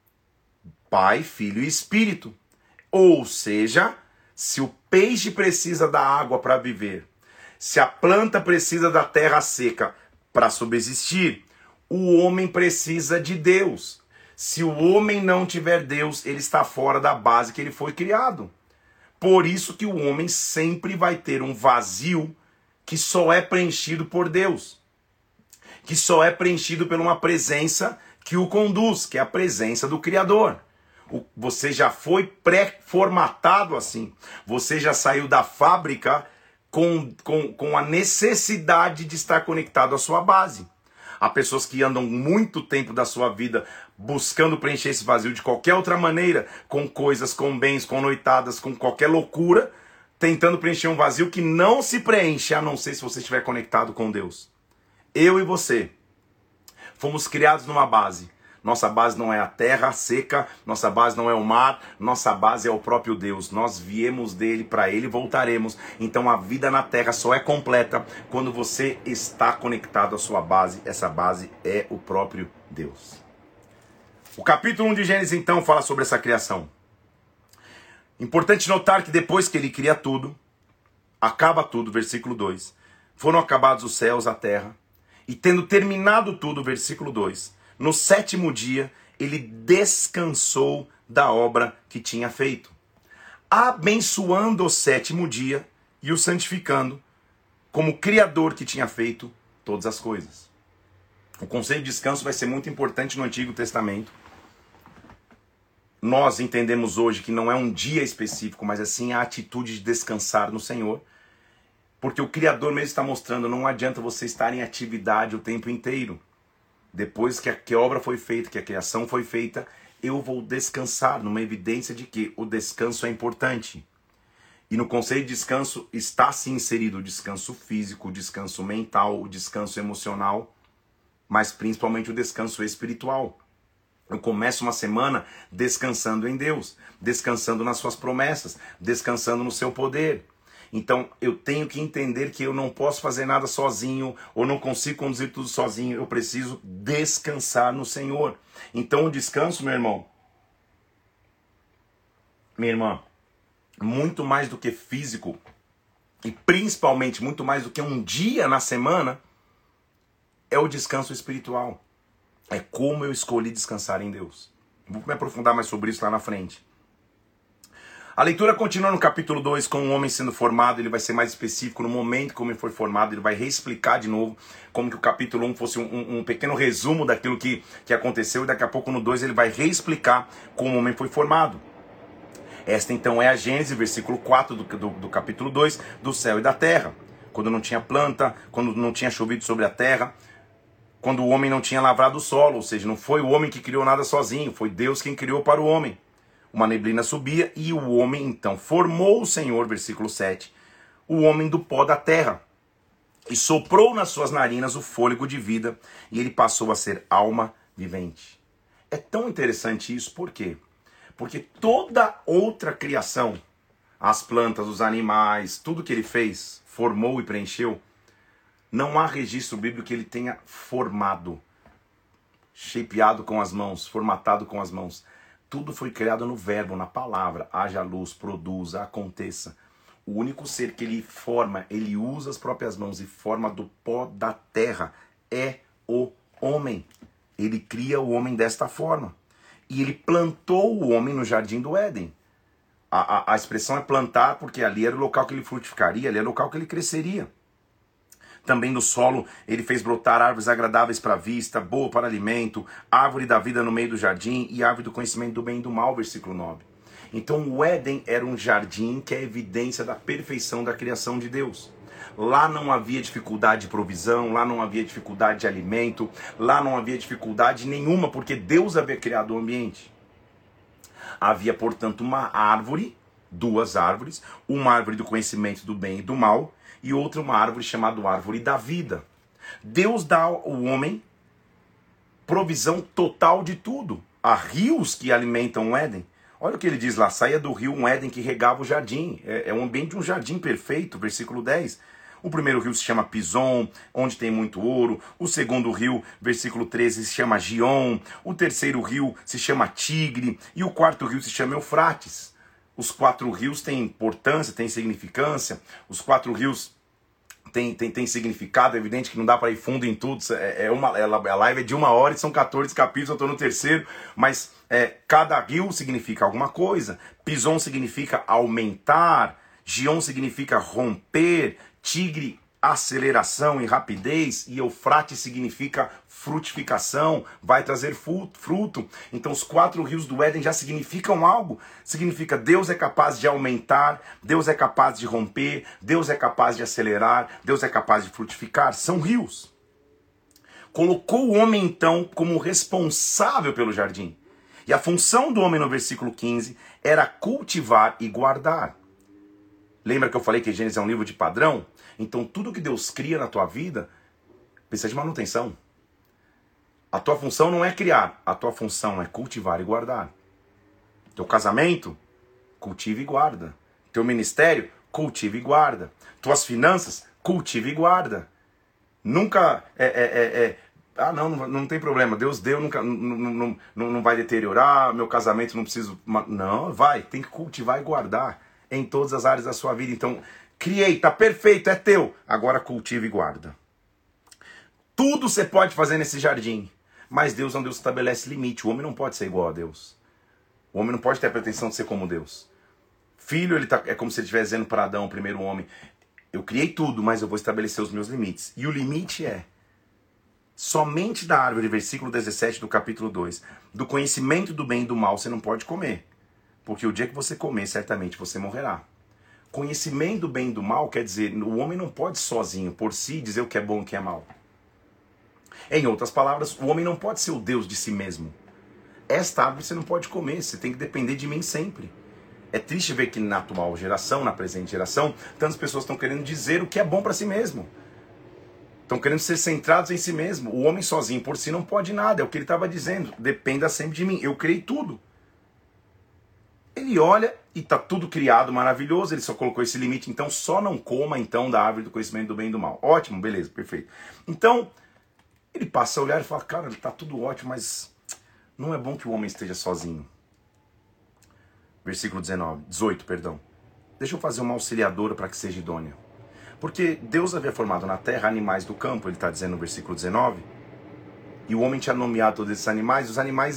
[SPEAKER 1] Pai, Filho e Espírito. Ou seja, se o peixe precisa da água para viver, se a planta precisa da terra seca para subsistir, o homem precisa de Deus. Se o homem não tiver Deus, ele está fora da base que ele foi criado. Por isso que o homem sempre vai ter um vazio que só é preenchido por Deus. Que só é preenchido por uma presença que o conduz, que é a presença do Criador. Você já foi pré-formatado assim. Você já saiu da fábrica com a necessidade de estar conectado à sua base. Há pessoas que andam muito tempo da sua vida buscando preencher esse vazio de qualquer outra maneira, com coisas, com bens, com noitadas, com qualquer loucura, tentando preencher um vazio que não se preenche, a não ser se você estiver conectado com Deus. Eu e você fomos criados numa base. Nossa base não é a terra seca, nossa base não é o mar, nossa base é o próprio Deus. Nós viemos dele, para ele voltaremos. Então a vida na terra só é completa quando você está conectado à sua base. Essa base é o próprio Deus. O capítulo 1 de Gênesis então fala sobre essa criação. Importante notar que depois que ele cria tudo, acaba tudo, versículo 2. Foram acabados os céus, a terra, e tendo terminado tudo, versículo 2, no 7º dia, ele descansou da obra que tinha feito, abençoando o 7º dia e o santificando, como Criador que tinha feito todas as coisas. O conceito de descanso vai ser muito importante no Antigo Testamento. Nós entendemos hoje que não é um dia específico, mas assim a atitude de descansar no Senhor. Porque o Criador mesmo está mostrando, não adianta você estar em atividade o tempo inteiro. Depois que a obra foi feita, que a criação foi feita, eu vou descansar, numa evidência de que o descanso é importante. E no conceito de descanso está sim inserido o descanso físico, o descanso mental, o descanso emocional, mas principalmente o descanso espiritual. Eu começo uma semana descansando em Deus, descansando nas suas promessas, descansando no seu poder. Então eu tenho que entender que eu não posso fazer nada sozinho, ou não consigo conduzir tudo sozinho, eu preciso descansar no Senhor. Então o descanso, meu irmão, minha irmã, muito mais do que físico, e principalmente muito mais do que um dia na semana, é o descanso espiritual. É como eu escolhi descansar em Deus. Vou me aprofundar mais sobre isso lá na frente. A leitura continua no capítulo 2 com o homem sendo formado. Ele vai ser mais específico no momento como ele foi formado. Ele vai reexplicar de novo como que o capítulo 1 fosse um pequeno resumo daquilo que aconteceu. E daqui a pouco no 2 ele vai reexplicar como o homem foi formado. Esta então é a Gênesis, versículo 4 do capítulo 2, do céu e da terra. Quando não tinha planta, quando não tinha chovido sobre a terra, quando o homem não tinha lavrado o solo. Ou seja, não foi o homem que criou nada sozinho, foi Deus quem criou para o homem. Uma neblina subia e o homem então formou o Senhor, versículo 7, o homem do pó da terra e soprou nas suas narinas o fôlego de vida e ele passou a ser alma vivente. É tão interessante isso, por quê? Porque toda outra criação, as plantas, os animais, tudo que ele fez, formou e preencheu, não há registro bíblico que ele tenha formado, shapeado com as mãos, formatado com as mãos. Tudo foi criado no verbo, na palavra. Haja luz, produza, aconteça. O único ser que ele forma, ele usa as próprias mãos e forma do pó da terra, é o homem. Ele cria o homem desta forma. E ele plantou o homem no jardim do Éden. A expressão é plantar porque ali era o local que ele frutificaria, ali era o local que ele cresceria. Também do solo ele fez brotar árvores agradáveis para a vista, boa para alimento, árvore da vida no meio do jardim e árvore do conhecimento do bem e do mal, versículo 9. Então o Éden era um jardim que é evidência da perfeição da criação de Deus. Lá não havia dificuldade de provisão, lá não havia dificuldade de alimento, lá não havia dificuldade nenhuma, porque Deus havia criado o ambiente. Havia, portanto, uma árvore, duas árvores, uma árvore do conhecimento do bem e do mal, e outra uma árvore chamada árvore da vida. Deus dá ao homem provisão total de tudo. Há rios que alimentam o Éden. Olha o que ele diz lá, saía do rio um Éden que regava o jardim. É um ambiente de um jardim perfeito, versículo 10. O primeiro rio se chama Pison, onde tem muito ouro. O segundo rio, versículo 13, se chama Gion. O terceiro rio se chama Tigre. E o quarto rio se chama Eufrates. Os quatro rios têm importância, têm significância. Os quatro rios têm significado. É evidente que não dá para ir fundo em tudo. A live é de 1 hora e são 14 capítulos, eu estou no terceiro. Mas cada rio significa alguma coisa. Pison significa aumentar. Gion significa romper. Tigre, aceleração e rapidez, e Eufrates significa frutificação, vai trazer fruto. Então os quatro rios do Éden já significam algo. Significa Deus é capaz de aumentar, Deus é capaz de romper, Deus é capaz de acelerar, Deus é capaz de frutificar. São rios. Colocou o homem então como responsável pelo jardim. E a função do homem no versículo 15 era cultivar e guardar. Lembra que eu falei que Gênesis é um livro de padrão? Então tudo que Deus cria na tua vida precisa de manutenção. A tua função não é criar, a tua função é cultivar e guardar. Teu casamento, cultiva e guarda. Teu ministério, cultiva e guarda. Tuas finanças, cultiva e guarda. Nunca não tem problema, Deus deu, nunca, não vai deteriorar, meu casamento não preciso... Não, tem que cultivar e guardar em todas as áreas da sua vida. Então, criei, tá perfeito, é teu. Agora cultiva e guarda. Tudo você pode fazer nesse jardim. Mas Deus é um Deus que estabelece limite. O homem não pode ser igual a Deus. O homem não pode ter a pretensão de ser como Deus. Filho, é como se ele estivesse dizendo para Adão, o primeiro homem, eu criei tudo, mas eu vou estabelecer os meus limites. E o limite é somente da árvore, versículo 17 do capítulo 2, do conhecimento do bem e do mal você não pode comer. Porque o dia que você comer, certamente você morrerá. Conhecimento do bem e do mal quer dizer, o homem não pode sozinho, por si, dizer o que é bom e o que é mal. Em outras palavras, o homem não pode ser o Deus de si mesmo. Esta árvore você não pode comer, você tem que depender de mim sempre. É triste ver que na atual geração, na presente geração, tantas pessoas estão querendo dizer o que é bom para si mesmo. Estão querendo ser centrados em si mesmo. O homem sozinho por si não pode nada, é o que ele estava dizendo. Dependa sempre de mim, eu criei tudo. Ele olha e está tudo criado, maravilhoso, ele só colocou esse limite, então só não coma então da árvore do conhecimento do bem e do mal. Ótimo, beleza, perfeito. Então, ele passa a olhar e fala, cara, está tudo ótimo, mas não é bom que o homem esteja sozinho. Versículo 18. Deixa eu fazer uma auxiliadora para que seja idônea. Porque Deus havia formado na terra animais do campo, ele está dizendo no versículo 19, e o homem tinha nomeado todos esses animais, os animais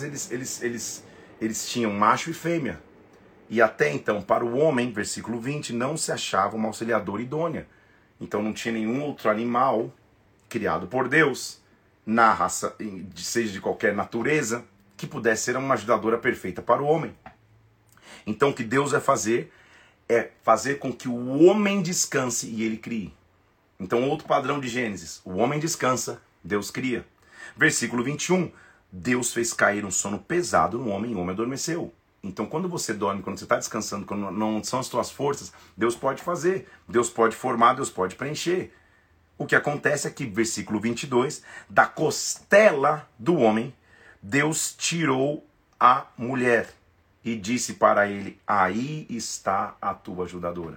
[SPEAKER 1] eles tinham macho e fêmea. E até então, para o homem, versículo 20, não se achava uma auxiliadora idônea. Então não tinha nenhum outro animal criado por Deus, na raça, seja de qualquer natureza, que pudesse ser uma ajudadora perfeita para o homem. Então o que Deus vai fazer é fazer com que o homem descanse e ele crie. Então outro padrão de Gênesis, o homem descansa, Deus cria. Versículo 21, Deus fez cair um sono pesado no homem e o homem adormeceu. Então, quando você dorme, quando você está descansando, quando não são as tuas forças, Deus pode fazer, Deus pode formar, Deus pode preencher. O que acontece é que, versículo 22, da costela do homem, Deus tirou a mulher e disse para ele, aí está a tua ajudadora.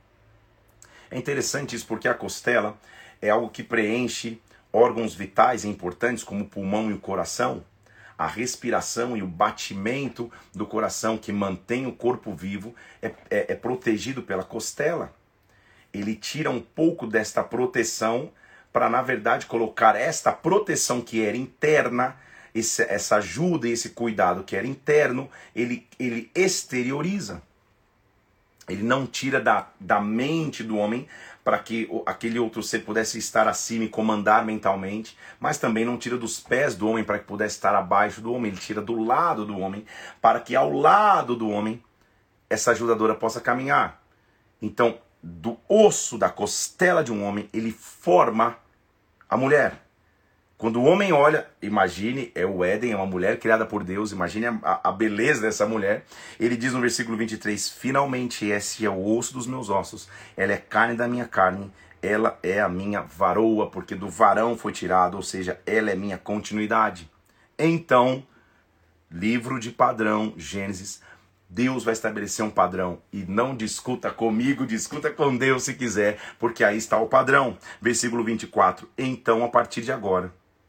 [SPEAKER 1] É interessante isso porque a costela é algo que preenche órgãos vitais e importantes como o pulmão e o coração. A respiração e o batimento do coração que mantém o corpo vivo é protegido pela costela. Ele tira um pouco desta proteção para, na verdade, colocar esta proteção que era interna, essa ajuda e esse cuidado que era interno, ele exterioriza. Ele não tira da mente do homem para que aquele outro ser pudesse estar acima e comandar mentalmente, mas também não tira dos pés do homem para que pudesse estar abaixo do homem. Ele tira do lado do homem para que ao lado do homem essa ajudadora possa caminhar. Então, do osso, da costela de um homem, ele forma a mulher. Quando o homem olha, imagine, é o Éden, é uma mulher criada por Deus, imagine a beleza dessa mulher. Ele diz no versículo 23, finalmente esse é o osso dos meus ossos, ela é carne da minha carne, ela é a minha varoa, porque do varão foi tirado, ou seja, ela é minha continuidade. Então, livro de padrão, Gênesis, Deus vai estabelecer um padrão e não discuta comigo, discuta com Deus se quiser, porque aí está o padrão. Versículo 24, então a partir de agora,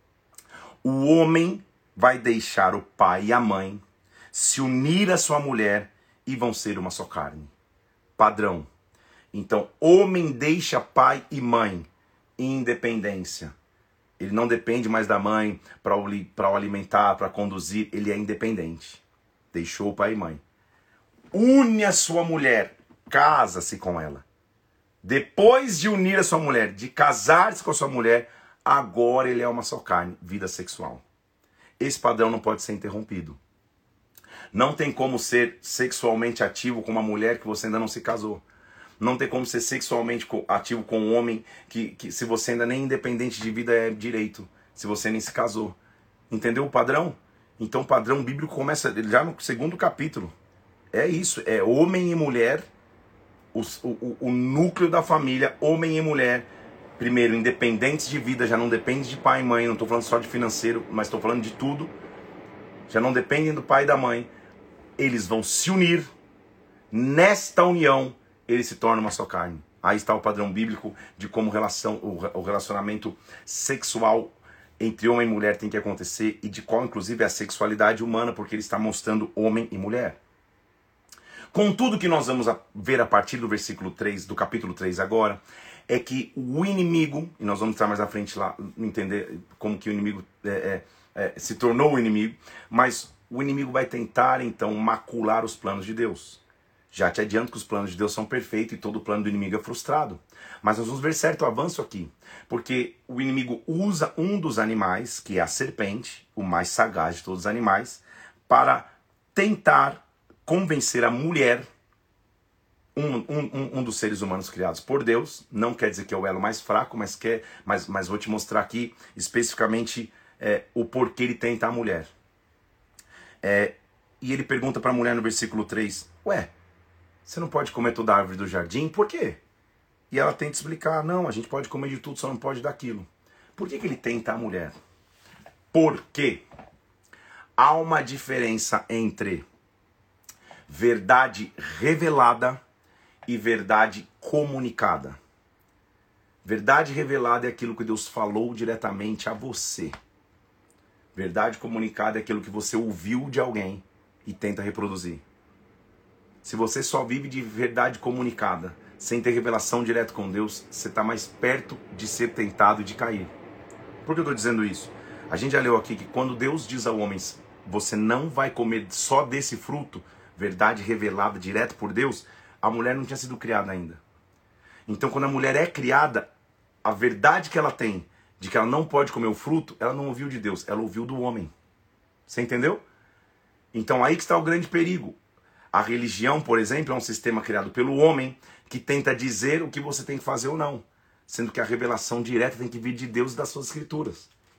[SPEAKER 1] o homem vai deixar o pai e a mãe, se unir à sua mulher e vão ser uma só carne. Padrão. Então, homem deixa pai e mãe, independência. Ele não depende mais da mãe para o alimentar, para conduzir, ele é independente. Deixou o pai e mãe. Une a sua mulher, casa-se com ela. Depois de unir a sua mulher, de casar-se com a sua mulher, agora ele é uma só carne, vida sexual. Esse padrão não pode ser interrompido. Não tem como ser sexualmente ativo com uma mulher que você ainda não se casou. Não tem como ser sexualmente ativo com um homem que se você ainda nem independente de vida é direito, se você nem se casou. Entendeu o padrão? Então o padrão bíblico começa já no segundo capítulo. É isso, é homem e mulher, o núcleo da família, homem e mulher. Primeiro, independentes de vida, já não depende de pai e mãe, não estou falando só de financeiro, mas estou falando de tudo. Já não dependem do pai e da mãe. Eles vão se unir, nesta união, eles se tornam uma só carne. Aí está o padrão bíblico de como o relacionamento sexual entre homem e mulher tem que acontecer e de qual, inclusive, é a sexualidade humana, porque ele está mostrando homem e mulher. Contudo, o que nós vamos ver a partir do versículo 3, do capítulo 3 agora, é que o inimigo, e nós vamos estar mais à frente lá, entender como que o inimigo se tornou o inimigo, mas o inimigo vai tentar então macular os planos de Deus. Já te adianto que os planos de Deus são perfeitos e todo plano do inimigo é frustrado. Mas nós vamos ver certo avanço aqui, porque o inimigo usa um dos animais, que é a serpente, o mais sagaz de todos os animais, para tentar convencer a mulher, um dos seres humanos criados por Deus. Não quer dizer que é o elo mais fraco, mas vou te mostrar aqui especificamente o porquê ele tenta a mulher. E ele pergunta para a mulher no versículo 3, ué, você não pode comer toda a árvore do jardim? Por quê? E ela tenta explicar, não, a gente pode comer de tudo, só não pode daquilo. Por que ele tenta a mulher? Porque há uma diferença entre verdade revelada e verdade comunicada. Verdade revelada é aquilo que Deus falou diretamente a você. Verdade comunicada é aquilo que você ouviu de alguém e tenta reproduzir. Se você só vive de verdade comunicada, sem ter revelação direta com Deus, você está mais perto de ser tentado e de cair. Por que eu estou dizendo isso? A gente já leu aqui que quando Deus diz ao homem, você não vai comer só desse fruto, verdade revelada direto por Deus, a mulher não tinha sido criada ainda. Então quando a mulher é criada, a verdade que ela tem de que ela não pode comer o fruto, ela não ouviu de Deus, ela ouviu do homem. Você entendeu? Então aí que está o grande perigo. A religião, por exemplo, é um sistema criado pelo homem que tenta dizer o que você tem que fazer ou não. Sendo que a revelação direta tem que vir de Deus e das suas escrituras.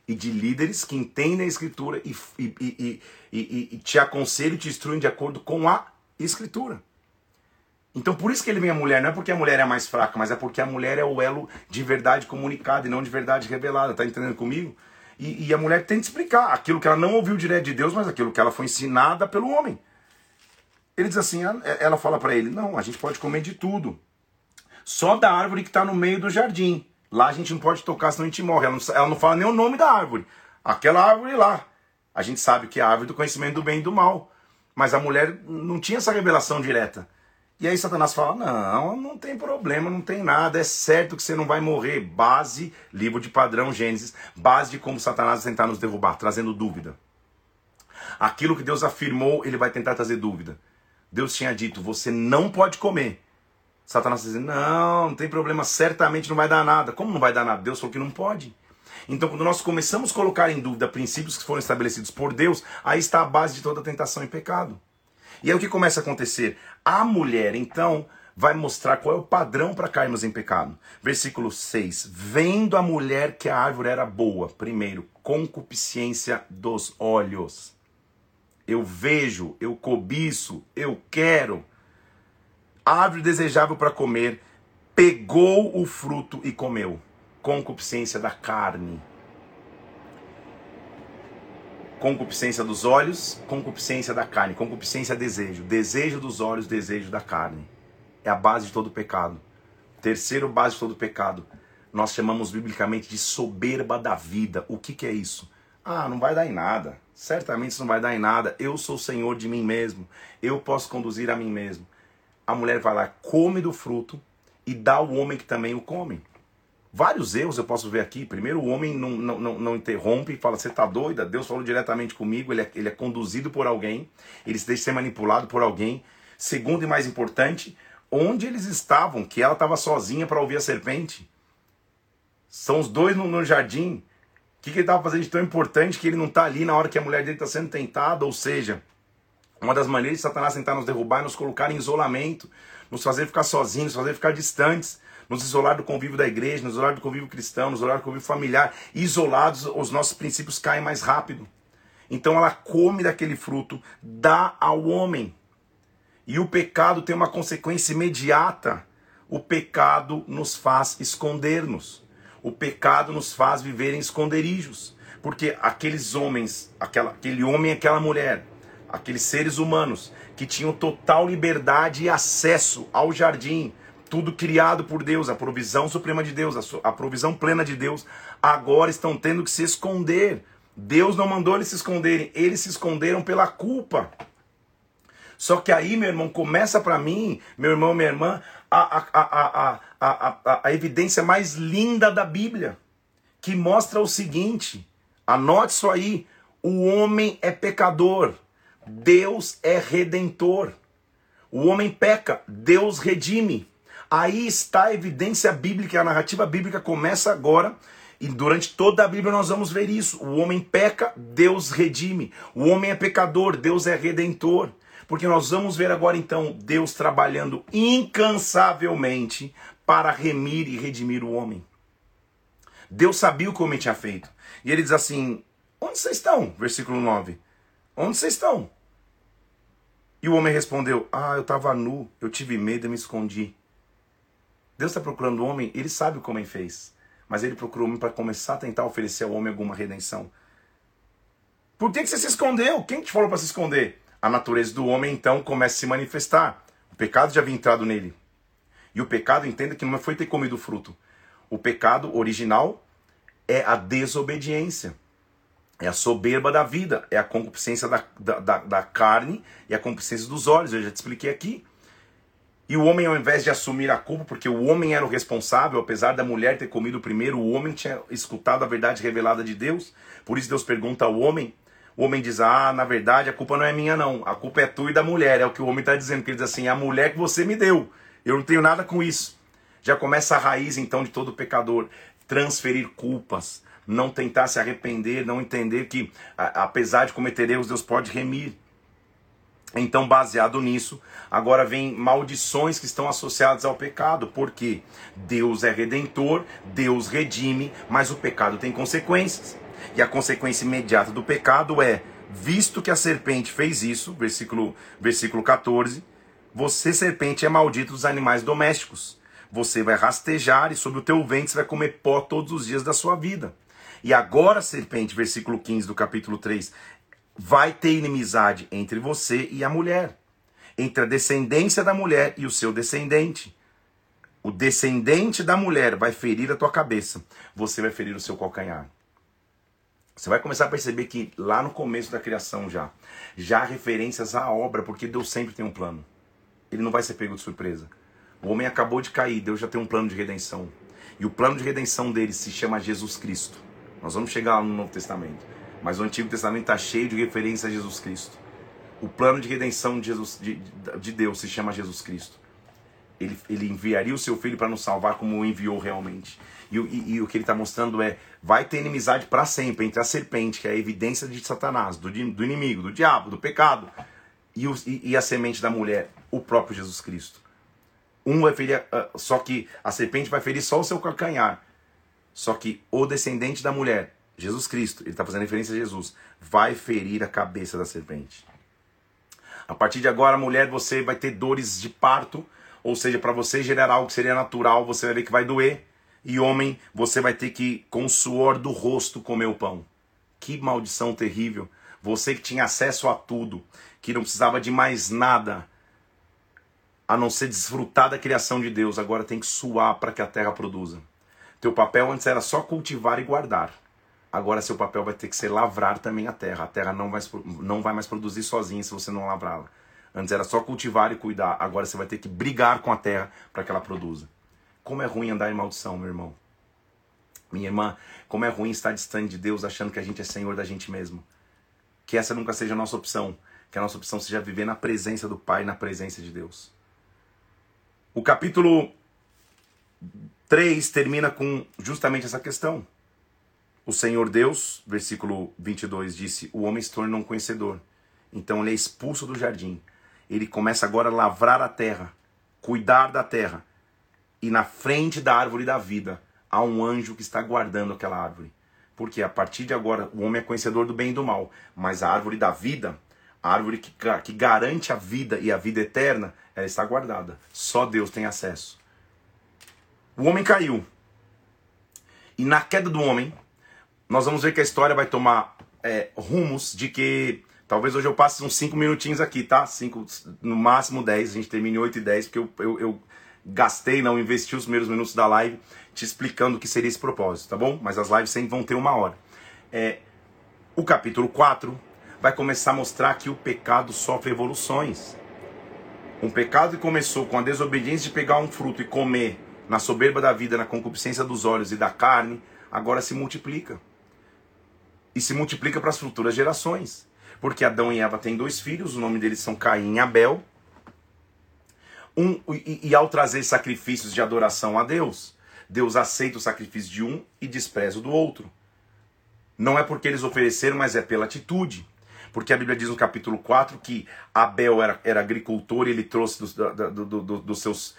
[SPEAKER 1] e de líderes que entendem a Escritura e te aconselham e te instruem de acordo com a Escritura. Então por isso que ele vem a mulher, não é porque a mulher é a mais fraca, mas é porque a mulher é o elo de verdade comunicada e não de verdade revelada, tá entendendo comigo? E a mulher tem que explicar aquilo que ela não ouviu direto de Deus, mas aquilo que ela foi ensinada pelo homem. Ele diz assim, ela fala para ele, não, a gente pode comer de tudo, só da árvore que está no meio do jardim. Lá a gente não pode tocar, senão a gente morre. Ela não fala nem o nome da árvore. Aquela árvore lá. A gente sabe que é a árvore do conhecimento do bem e do mal. Mas a mulher não tinha essa revelação direta. E aí Satanás fala, não tem problema, não tem nada. É certo que você não vai morrer. Base, livro de padrão, Gênesis. Base de como Satanás vai tentar nos derrubar, trazendo dúvida. Aquilo que Deus afirmou, ele vai tentar trazer dúvida. Deus tinha dito, você não pode comer. Satanás está dizendo, não tem problema, certamente não vai dar nada. Como não vai dar nada? Deus falou que não pode. Então, quando nós começamos a colocar em dúvida princípios que foram estabelecidos por Deus, aí está a base de toda tentação e pecado. E aí o que começa a acontecer? A mulher, então, vai mostrar qual é o padrão para cairmos em pecado. Versículo 6. Vendo a mulher que a árvore era boa. Primeiro, concupiscência dos olhos. Eu vejo, eu cobiço, eu quero. Árvore desejável para comer, pegou o fruto e comeu. Concupiscência da carne. Concupiscência dos olhos, concupiscência da carne. Concupiscência é desejo. Desejo dos olhos, desejo da carne. É a base de todo pecado. Terceiro base de todo pecado. Nós chamamos biblicamente de soberba da vida. O que é isso? Não vai dar em nada. Certamente isso não vai dar em nada. Eu sou o Senhor de mim mesmo. Eu posso conduzir a mim mesmo. A mulher vai lá, come do fruto e dá ao homem que também o come. Vários erros eu posso ver aqui. Primeiro, o homem não interrompe e fala, você está doida? Deus falou diretamente comigo, ele é conduzido por alguém, ele se deixa ser manipulado por alguém. Segundo e mais importante, onde eles estavam, que ela estava sozinha para ouvir a serpente. São os dois no jardim. O que ele estava fazendo de tão importante que ele não está ali na hora que a mulher dele está sendo tentada? Ou seja, uma das maneiras de Satanás tentar nos derrubar é nos colocar em isolamento, nos fazer ficar sozinhos, nos fazer ficar distantes, nos isolar do convívio da igreja, nos isolar do convívio cristão, nos isolar do convívio familiar. Isolados, os nossos princípios caem mais rápido. Então ela come daquele fruto, dá ao homem. E o pecado tem uma consequência imediata. O pecado nos faz esconder-nos. O pecado nos faz viver em esconderijos. Porque aqueles homens, aquele homem e aquela mulher, aqueles seres humanos que tinham total liberdade e acesso ao jardim, tudo criado por Deus, a provisão suprema de Deus, a provisão plena de Deus, agora estão tendo que se esconder. Deus não mandou eles se esconderem, eles se esconderam pela culpa. Só que aí, meu irmão, começa para mim, meu irmão, minha irmã, a evidência mais linda da Bíblia, que mostra o seguinte, anote isso aí, o homem é pecador, Deus é redentor. O homem peca, Deus redime. Aí está a evidência bíblica, a narrativa bíblica começa agora, e durante toda a Bíblia nós vamos ver isso. O homem peca, Deus redime. O homem é pecador, Deus é redentor. Porque nós vamos ver agora então Deus trabalhando incansavelmente para remir e redimir o homem. Deus sabia o que o homem tinha feito. E ele diz assim, onde vocês estão? Versículo 9. Onde vocês estão? E o homem respondeu, eu estava nu, eu tive medo e me escondi. Deus está procurando o homem, ele sabe o que o homem fez. Mas ele procurou o homem para começar a tentar oferecer ao homem alguma redenção. Por que você se escondeu? Quem te falou para se esconder? A natureza do homem então começa a se manifestar. O pecado já havia entrado nele. E o pecado, entenda que não foi ter comido o fruto. O pecado original é a desobediência. É a soberba da vida. É a concupiscência da carne e a concupiscência dos olhos. Eu já te expliquei aqui. E o homem, ao invés de assumir a culpa, porque o homem era o responsável, apesar da mulher ter comido primeiro, o homem tinha escutado a verdade revelada de Deus. Por isso Deus pergunta ao homem. O homem diz, na verdade a culpa não é minha não. A culpa é tua e da mulher. É o que o homem está dizendo. Porque ele diz assim, a mulher que você me deu. Eu não tenho nada com isso. Já começa a raiz então de todo pecador. Transferir culpas. Não tentar se arrepender. Não entender que apesar de cometer erros, Deus pode remir. Então, baseado nisso, agora vem maldições que estão associadas ao pecado, porque Deus é redentor, Deus redime, mas o pecado tem consequências. E a consequência imediata do pecado é: visto que a serpente fez isso, versículo 14, você, serpente, é maldito dos animais domésticos. Você vai rastejar e sobre o teu ventre você vai comer pó todos os dias da sua vida. E agora, serpente, versículo 15 do capítulo 3, vai ter inimizade entre você e a mulher, entre a descendência da mulher e o seu descendente. O descendente da mulher vai ferir a tua cabeça, você vai ferir o seu calcanhar. Você vai começar a perceber que lá no começo da criação já há referências à obra, porque Deus sempre tem um plano. Ele não vai ser pego de surpresa. O homem acabou de cair, Deus já tem um plano de redenção. E o plano de redenção dele se chama Jesus Cristo. Nós vamos chegar lá no Novo Testamento. Mas o Antigo Testamento está cheio de referência a Jesus Cristo. O plano de redenção de Deus se chama Jesus Cristo. Ele enviaria o seu filho para nos salvar como o enviou realmente. E o que ele está mostrando é: vai ter inimizade para sempre entre a serpente, que é a evidência de Satanás, do inimigo, do diabo, do pecado, e a semente da mulher, o próprio Jesus Cristo. Um vai ferir, só que a serpente vai ferir só o seu calcanhar. Só que o descendente da mulher, Jesus Cristo, ele está fazendo referência a Jesus, vai ferir a cabeça da serpente. A partir de agora, mulher, você vai ter dores de parto, ou seja, para você gerar algo que seria natural, você vai ver que vai doer. E homem, você vai ter que, com o suor do rosto, comer o pão. Que maldição terrível. Você que tinha acesso a tudo, que não precisava de mais nada, a não ser desfrutar da criação de Deus, agora tem que suar para que a terra produza. Teu papel antes era só cultivar e guardar. Agora seu papel vai ter que ser lavrar também a terra. A terra não vai mais produzir sozinha se você não lavrá-la. Antes era só cultivar e cuidar. Agora você vai ter que brigar com a terra para que ela produza. Como é ruim andar em maldição, meu irmão. Minha irmã, como é ruim estar distante de Deus achando que a gente é senhor da gente mesmo. Que essa nunca seja a nossa opção. Que a nossa opção seja viver na presença do Pai, na presença de Deus. O capítulo 3 termina com justamente essa questão. O Senhor Deus, versículo 22, disse: o homem se tornou um conhecedor. Então ele é expulso do jardim. Ele começa agora a lavrar a terra, cuidar da terra. E na frente da árvore da vida há um anjo que está guardando aquela árvore. Porque a partir de agora o homem é conhecedor do bem e do mal. Mas a árvore da vida, a árvore que garante a vida e a vida eterna, ela está guardada. Só Deus tem acesso. O homem caiu. E na queda do homem, nós vamos ver que a história vai tomar rumos de que... Talvez hoje eu passe uns 5 minutinhos aqui, tá? 5, no máximo 10. A gente termine 8 e 10, porque eu gastei, não investi os primeiros minutos da live te explicando o que seria esse propósito, tá bom? Mas as lives sempre vão ter 1 hora. O capítulo 4 vai começar a mostrar que o pecado sofre evoluções. Um pecado que começou com a desobediência de pegar um fruto e comer na soberba da vida, na concupiscência dos olhos e da carne, agora se multiplica. E se multiplica para as futuras gerações. Porque Adão e Eva têm 2 filhos, o nome deles são Caim e Abel. E ao trazer sacrifícios de adoração a Deus, Deus aceita o sacrifício de um e despreza o do outro. Não é porque eles ofereceram, mas é pela atitude. Porque a Bíblia diz no capítulo 4 que Abel era agricultor e ele trouxe dos seus...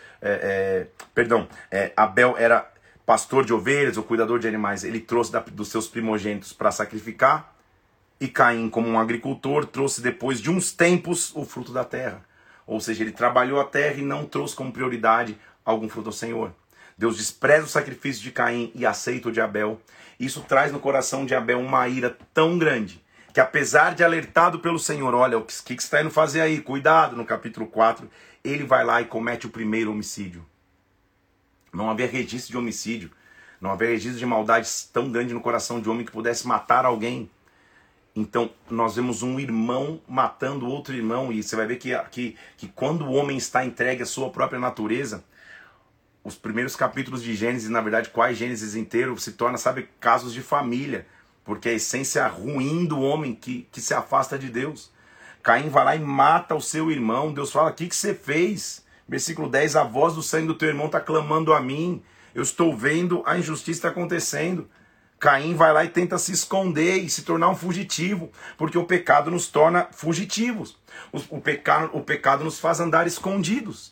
[SPEAKER 1] Abel era pastor de ovelhas ou cuidador de animais. Ele trouxe dos seus primogênitos para sacrificar. E Caim, como um agricultor, trouxe depois de uns tempos o fruto da terra. Ou seja, ele trabalhou a terra e não trouxe como prioridade algum fruto ao Senhor. Deus despreza o sacrifício de Caim e aceita o de Abel. Isso traz no coração de Abel uma ira tão grande, que apesar de alertado pelo Senhor, olha, o que você está indo fazer aí? Cuidado, no capítulo 4, ele vai lá e comete o primeiro homicídio. Não havia registro de homicídio, não havia registro de maldade tão grande no coração de homem que pudesse matar alguém. Então, nós vemos um irmão matando outro irmão, e você vai ver que quando o homem está entregue à sua própria natureza, os primeiros capítulos de Gênesis, na verdade, quase Gênesis inteiro, se torna, sabe, casos de família, porque a essência ruim do homem que se afasta de Deus. Caim vai lá e mata o seu irmão, Deus fala: o que você fez? Versículo 10, a voz do sangue do teu irmão está clamando a mim, eu estou vendo a injustiça acontecendo. Caim vai lá e tenta se esconder e se tornar um fugitivo, porque o pecado nos torna fugitivos. O pecado nos faz andar escondidos.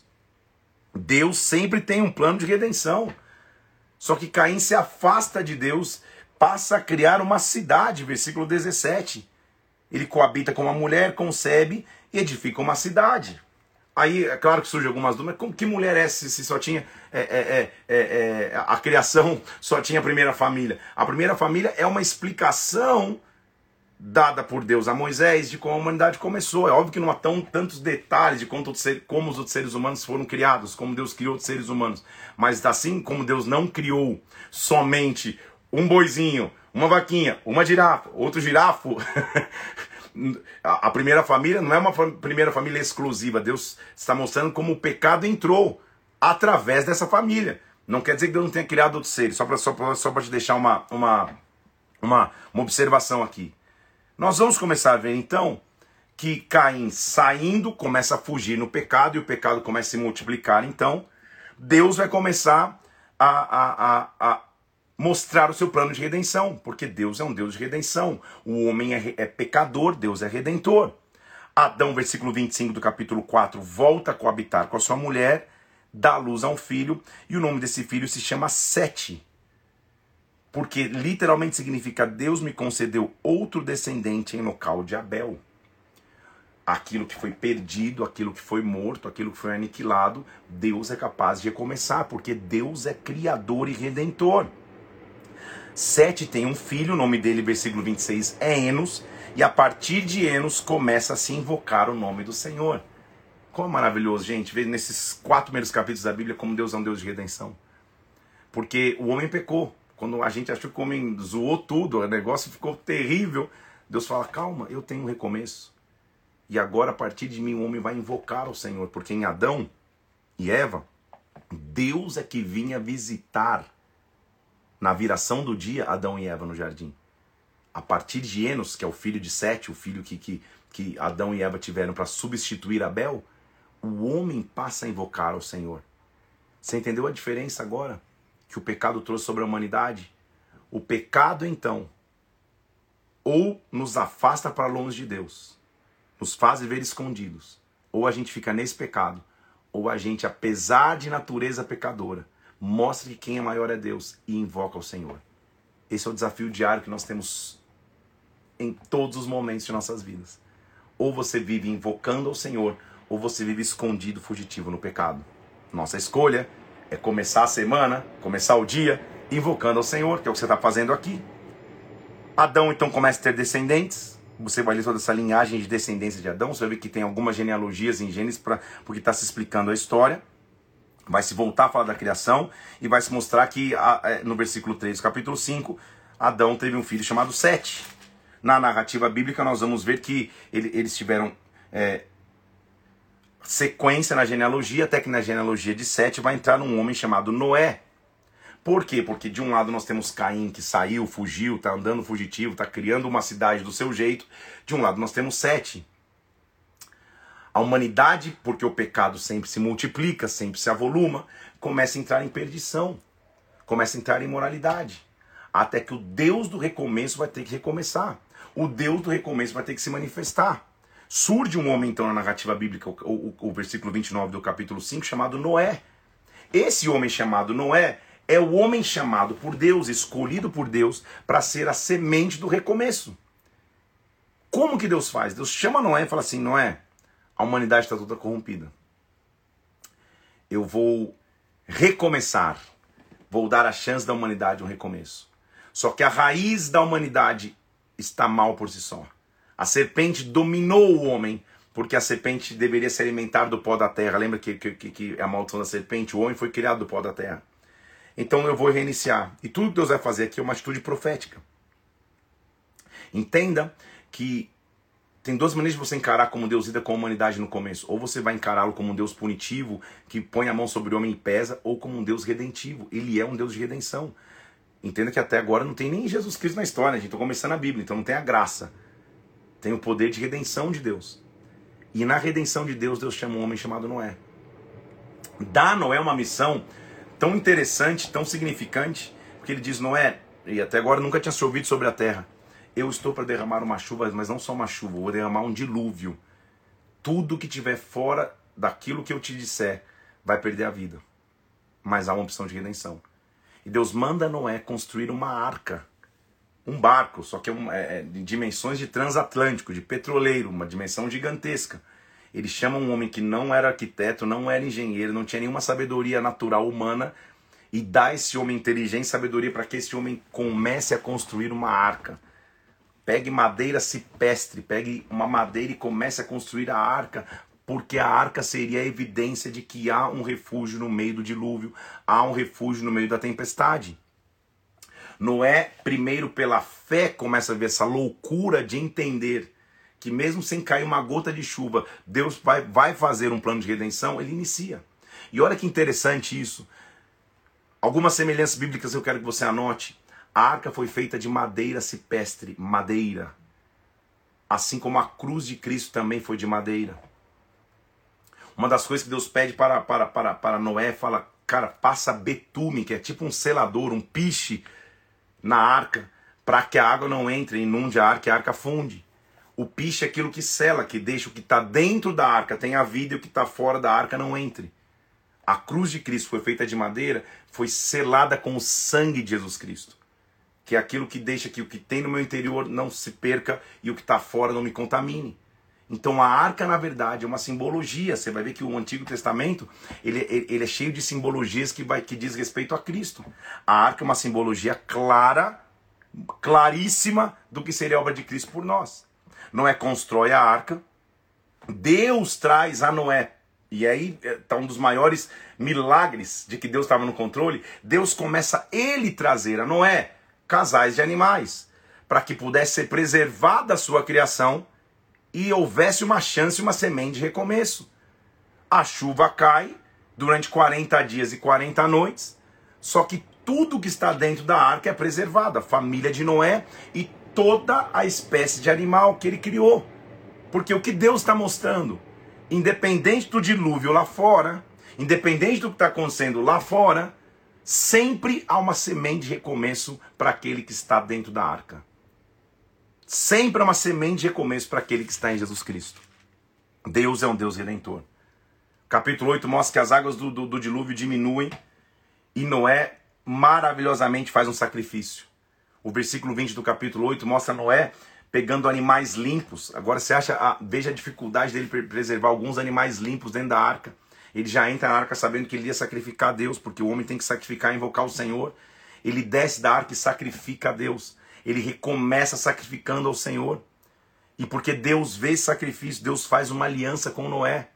[SPEAKER 1] Deus sempre tem um plano de redenção. Só que Caim se afasta de Deus passa a criar uma cidade, versículo 17. Ele coabita com uma mulher, concebe e edifica uma cidade. Aí, é claro que surgem algumas dúvidas, que mulher é essa se só tinha a criação, só tinha a primeira família? A primeira família é uma explicação dada por Deus a Moisés de como a humanidade começou. É óbvio que não há tantos detalhes de como os outros seres humanos foram criados, como Deus criou os seres humanos. Mas assim como Deus não criou somente um boizinho, uma vaquinha, uma girafa, outro girafo... A primeira família não é uma primeira família exclusiva. Deus está mostrando como o pecado entrou através dessa família. Não quer dizer que Deus não tenha criado outros seres. Só para te deixar uma observação aqui. Nós vamos começar a ver então que Caim saindo começa a fugir no pecado e o pecado começa a se multiplicar. Então Deus vai começar a mostrar o seu plano de redenção, porque Deus é um Deus de redenção. O homem é pecador, Deus é redentor. Adão, versículo 25 do capítulo 4, volta a coabitar com a sua mulher, dá à luz a um filho, e o nome desse filho se chama Sete, porque literalmente significa Deus me concedeu outro descendente em local de Abel. Aquilo que foi perdido, aquilo que foi morto, aquilo que foi aniquilado, Deus é capaz de recomeçar, porque Deus é criador e redentor. Sete tem um filho, o nome dele, versículo 26, é Enos, e a partir de Enos começa a se invocar o nome do Senhor. Como é maravilhoso, gente, ver nesses 4 primeiros capítulos da Bíblia como Deus é um Deus de redenção. Porque o homem pecou. Quando a gente achou que o homem zoou tudo, o negócio ficou terrível, Deus fala, calma, eu tenho um recomeço. E agora, a partir de mim, o homem vai invocar o Senhor, porque em Adão e Eva, Deus é que vinha visitar na viração do dia, Adão e Eva no jardim. A partir de Enos, que é o filho de Sete, o filho que Adão e Eva tiveram para substituir Abel, o homem passa a invocar ao Senhor. Você entendeu a diferença agora que o pecado trouxe sobre a humanidade? O pecado, então, ou nos afasta para longe de Deus, nos faz viver escondidos, ou a gente fica nesse pecado, ou a gente, apesar de natureza pecadora, mostra que quem é maior é Deus e invoca o Senhor. Esse é o desafio diário que nós temos em todos os momentos de nossas vidas. Ou você vive invocando ao Senhor, ou você vive escondido, fugitivo no pecado. Nossa escolha é começar a semana, começar o dia, invocando ao Senhor, que é o que você está fazendo aqui. Adão então começa a ter descendentes. Você vai ler toda essa linhagem de descendência de Adão. Você vai ver que tem algumas genealogias em Gênesis, porque está se explicando a história. Vai se voltar a falar da criação e vai se mostrar que no versículo 3 do capítulo 5, Adão teve um filho chamado Sete. Na narrativa bíblica nós vamos ver que eles tiveram sequência na genealogia, até que na genealogia de Sete vai entrar um homem chamado Noé. Por quê? Porque de um lado nós temos Caim, que saiu, fugiu, está andando fugitivo, está criando uma cidade do seu jeito. De um lado nós temos Sete. A humanidade, porque o pecado sempre se multiplica, sempre se avoluma, começa a entrar em perdição, começa a entrar em imoralidade. Até que o Deus do recomeço vai ter que recomeçar. O Deus do recomeço vai ter que se manifestar. Surge um homem, então, na narrativa bíblica, o versículo 29 do capítulo 5, chamado Noé. Esse homem chamado Noé é o homem chamado por Deus, escolhido por Deus, para ser a semente do recomeço. Como que Deus faz? Deus chama Noé e fala assim, Noé, a humanidade está toda corrompida. Eu vou recomeçar. Vou dar a chance da humanidade um recomeço. Só que a raiz da humanidade está mal por si só. A serpente dominou o homem, porque a serpente deveria se alimentar do pó da terra. Lembra que é a maldição da serpente? O homem foi criado do pó da terra. Então eu vou reiniciar. E tudo que Deus vai fazer aqui é uma atitude profética. Entenda que tem duas maneiras de você encarar como Deus lida com a humanidade no começo. Ou você vai encará-lo como um Deus punitivo, que põe a mão sobre o homem e pesa, ou como um Deus redentivo. Ele é um Deus de redenção. Entenda que até agora não tem nem Jesus Cristo na história. A gente está começando a Bíblia, então não tem a graça. Tem o poder de redenção de Deus. E na redenção de Deus, Deus chama um homem chamado Noé. Dá a Noé uma missão tão interessante, tão significante, porque ele diz, Noé, e até agora nunca tinha chovido sobre a terra. Eu estou para derramar uma chuva, mas não só uma chuva, eu vou derramar um dilúvio. Tudo que tiver fora daquilo que eu te disser vai perder a vida. Mas há uma opção de redenção. E Deus manda Noé construir uma arca um barco, só que de dimensões de transatlântico, de petroleiro, uma dimensão gigantesca. Ele chama um homem que não era arquiteto, não era engenheiro, não tinha nenhuma sabedoria natural humana, e dá a esse homem inteligência e sabedoria para que esse homem comece a construir uma arca. Pegue madeira cipestre, pegue uma madeira e comece a construir a arca, porque a arca seria a evidência de que há um refúgio no meio do dilúvio, há um refúgio no meio da tempestade. Noé, primeiro pela fé, começa a ver essa loucura de entender que mesmo sem cair uma gota de chuva, Deus vai fazer um plano de redenção, ele inicia. E olha que interessante isso. Algumas semelhanças bíblicas eu quero que você anote. A arca foi feita de madeira cipestre, madeira. Assim como a cruz de Cristo também foi de madeira. Uma das coisas que Deus pede para Noé, fala, cara, passa betume, que é tipo um selador, um piche na arca, para que a água não entre, inunde a arca e a arca funde. O piche é aquilo que sela, que deixa o que está dentro da arca tenha vida e o que está fora da arca não entre. A cruz de Cristo foi feita de madeira, foi selada com o sangue de Jesus Cristo. Que é aquilo que deixa que o que tem no meu interior não se perca e o que está fora não me contamine. Então a arca, na verdade, é uma simbologia. Você vai ver que o Antigo Testamento ele é cheio de simbologias que diz respeito a Cristo. A arca é uma simbologia clara, claríssima do que seria a obra de Cristo por nós. Noé constrói a arca, Deus traz a Noé. E aí está um dos maiores milagres de que Deus estava no controle. Deus começa ele trazer a Noé casais de animais, para que pudesse ser preservada a sua criação e houvesse uma chance, uma semente de recomeço. A chuva cai durante 40 dias e 40 noites, só que tudo que está dentro da arca é preservado, a família de Noé e toda a espécie de animal que ele criou. Porque o que Deus está mostrando, independente do dilúvio lá fora, independente do que está acontecendo lá fora, sempre há uma semente de recomeço para aquele que está dentro da arca. Sempre há uma semente de recomeço para aquele que está em Jesus Cristo. Deus é um Deus redentor. Capítulo 8 mostra que as águas do dilúvio diminuem e Noé maravilhosamente faz um sacrifício. O versículo 20 do capítulo 8 mostra Noé pegando animais limpos. Agora você veja a dificuldade dele preservar alguns animais limpos dentro da arca. Ele já entra na arca sabendo que ele ia sacrificar a Deus, porque o homem tem que sacrificar e invocar o Senhor. Ele desce da arca e sacrifica a Deus. Ele recomeça sacrificando ao Senhor. E porque Deus vê esse sacrifício, Deus faz uma aliança com Noé.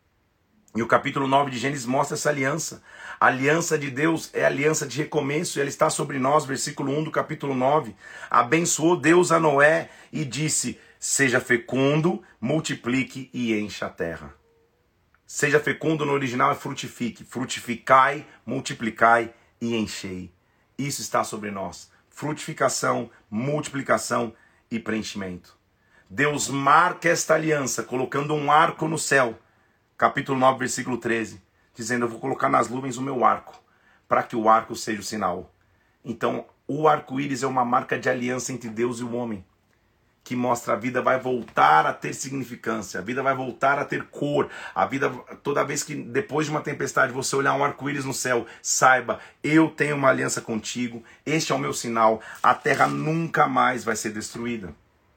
[SPEAKER 1] E o capítulo 9 de Gênesis mostra essa aliança. A aliança de Deus é a aliança de recomeço, e ela está sobre nós, versículo 1 do capítulo 9. Abençoou Deus a Noé e disse: seja fecundo, multiplique e encha a terra. Seja fecundo no original é frutifique. Frutificai, multiplicai e enchei. Isso está sobre nós. Frutificação, multiplicação e preenchimento. Deus marca esta aliança colocando um arco no céu. Capítulo 9, versículo 13. Dizendo: eu vou colocar nas nuvens o meu arco, para que o arco seja o sinal. Então, o arco-íris é uma marca de aliança entre Deus e o homem, que mostra a vida vai voltar a ter significância, a vida vai voltar a ter cor, a vida, toda vez que depois de uma tempestade você olhar um arco-íris no céu, saiba, eu tenho uma aliança contigo, este é o meu sinal, a terra nunca mais vai ser destruída.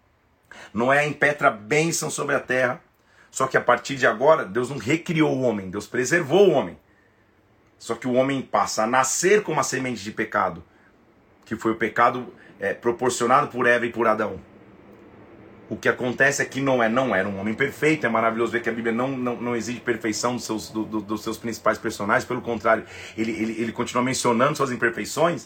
[SPEAKER 1] Noé impetra bênção sobre a terra, só que a partir de agora, Deus não recriou o homem, Deus preservou o homem. Só que o homem passa a nascer com uma semente de pecado, que foi o pecado proporcionado por Eva e por Adão. O que acontece é que Noé não era um homem perfeito. É maravilhoso ver que a Bíblia não exige perfeição dos seus principais personagens. Pelo contrário, ele continua mencionando suas imperfeições.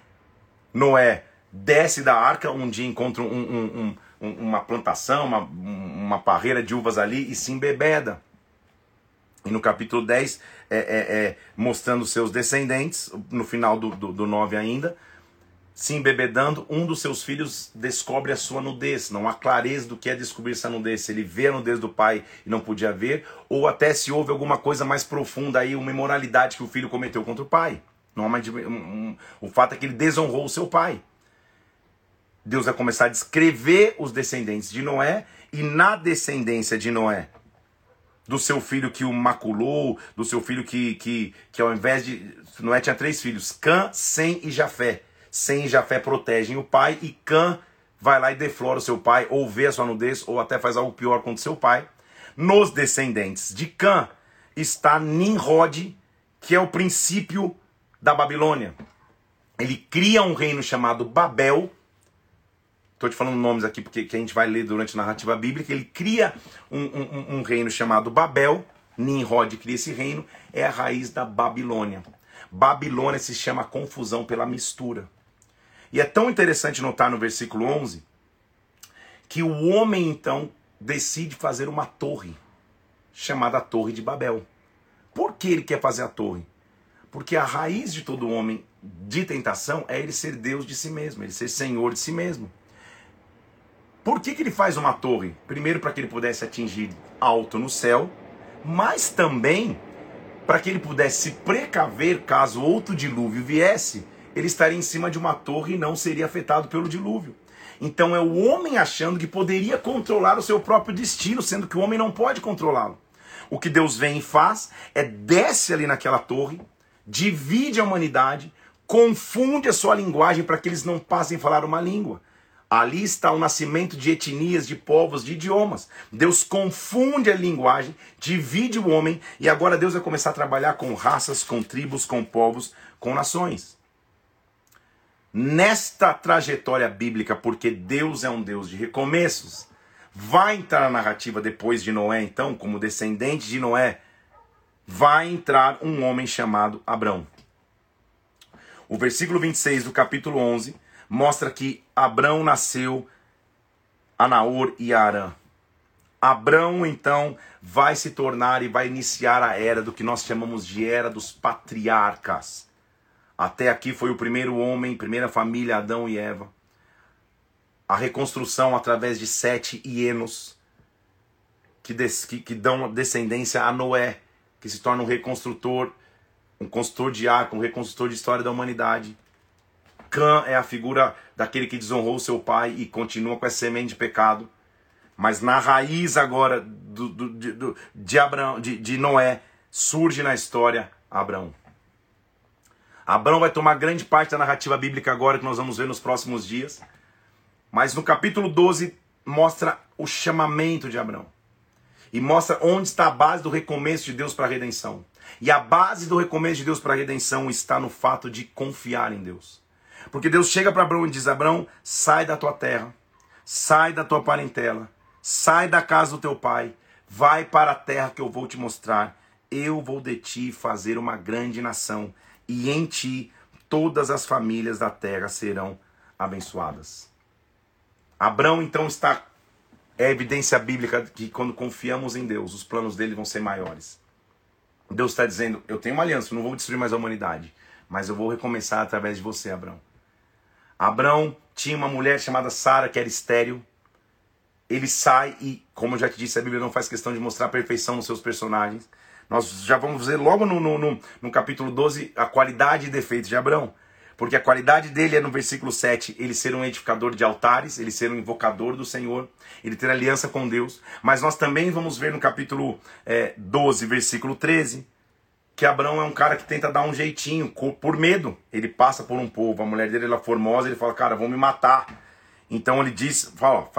[SPEAKER 1] Noé desce da arca, um dia encontra uma plantação, uma parreira de uvas ali e se embebeda. E no capítulo 10, mostrando seus descendentes, no final do 9 ainda, se embebedando, um dos seus filhos descobre a sua nudez. Não há clareza do que é descobrir essa nudez. Se ele vê a nudez do pai e não podia ver, ou até se houve alguma coisa mais profunda aí, uma imoralidade que o filho cometeu contra o pai. Não há mais o fato é que ele desonrou o seu pai. Deus vai começar a descrever os descendentes de Noé, e na descendência de Noé, do seu filho que o maculou, do seu filho que ao invés de... Noé tinha 3 filhos, Cã, Sem e Jafé. Sem e Jafé protegem o pai, e Cã vai lá e deflora o seu pai, ou vê a sua nudez, ou até faz algo pior contra o seu pai. Nos descendentes de Cã está Nimrod, que é o princípio da Babilônia. Ele cria um reino chamado Babel. Estou te falando nomes aqui porque que a gente vai ler durante a narrativa bíblica. Ele cria um reino chamado Babel. Nimrod cria esse reino. É a raiz da Babilônia. Babilônia se chama confusão pela mistura. E é tão interessante notar no versículo 11 que o homem então decide fazer uma torre chamada Torre de Babel. Por que ele quer fazer a torre? Porque a raiz de todo homem de tentação é ele ser Deus de si mesmo, ele ser Senhor de si mesmo. Por que ele faz uma torre? Primeiro, para que ele pudesse atingir alto no céu, mas também para que ele pudesse se precaver caso outro dilúvio viesse, ele estaria em cima de uma torre e não seria afetado pelo dilúvio. Então é o homem achando que poderia controlar o seu próprio destino, sendo que o homem não pode controlá-lo. O que Deus vem e faz é desce ali naquela torre, divide a humanidade, confunde a sua linguagem para que eles não passem a falar uma língua. Ali está o nascimento de etnias, de povos, de idiomas. Deus confunde a linguagem, divide o homem, e agora Deus vai começar a trabalhar com raças, com tribos, com povos, com nações. Nesta trajetória bíblica, porque Deus é um Deus de recomeços, vai entrar na narrativa depois de Noé, então, como descendente de Noé, vai entrar um homem chamado Abrão. O versículo 26 do capítulo 11 mostra que Abrão nasceu a Naor e a Harã. Abrão, então, vai se tornar e vai iniciar a era do que nós chamamos de era dos patriarcas. Até aqui foi o primeiro homem, primeira família, Adão e Eva. A reconstrução através de Sete e Enos, que dão descendência a Noé, que se torna um reconstrutor, um construtor de arca, um reconstrutor de história da humanidade. Cã é a figura daquele que desonrou seu pai e continua com essa semente de pecado. Mas na raiz agora de Noé, surge na história Abrão. Abrão vai tomar grande parte da narrativa bíblica agora, que nós vamos ver nos próximos dias. Mas no capítulo 12 mostra o chamamento de Abrão. E mostra onde está a base do recomeço de Deus para a redenção. E a base do recomeço de Deus para a redenção está no fato de confiar em Deus. Porque Deus chega para Abrão e diz: Abrão, sai da tua terra, sai da tua parentela, sai da casa do teu pai, vai para a terra que eu vou te mostrar. Eu vou de ti fazer uma grande nação, e em ti todas as famílias da terra serão abençoadas. Abrão então é evidência bíblica que quando confiamos em Deus, os planos dele vão ser maiores. Deus está dizendo: eu tenho uma aliança, eu não vou destruir mais a humanidade, mas eu vou recomeçar através de você, Abrão. Abrão tinha uma mulher chamada Sara, que era estéril. Ele sai e, como eu já te disse, a Bíblia não faz questão de mostrar a perfeição nos seus personagens. Nós já vamos ver logo no capítulo 12 a qualidade e defeitos de Abrão. Porque a qualidade dele é no versículo 7, ele ser um edificador de altares, ele ser um invocador do Senhor, ele ter aliança com Deus. Mas nós também vamos ver no capítulo 12, versículo 13, que Abrão é um cara que tenta dar um jeitinho, por medo. Ele passa por um povo, a mulher dele é formosa, ele fala: cara, vão me matar. Então ele diz,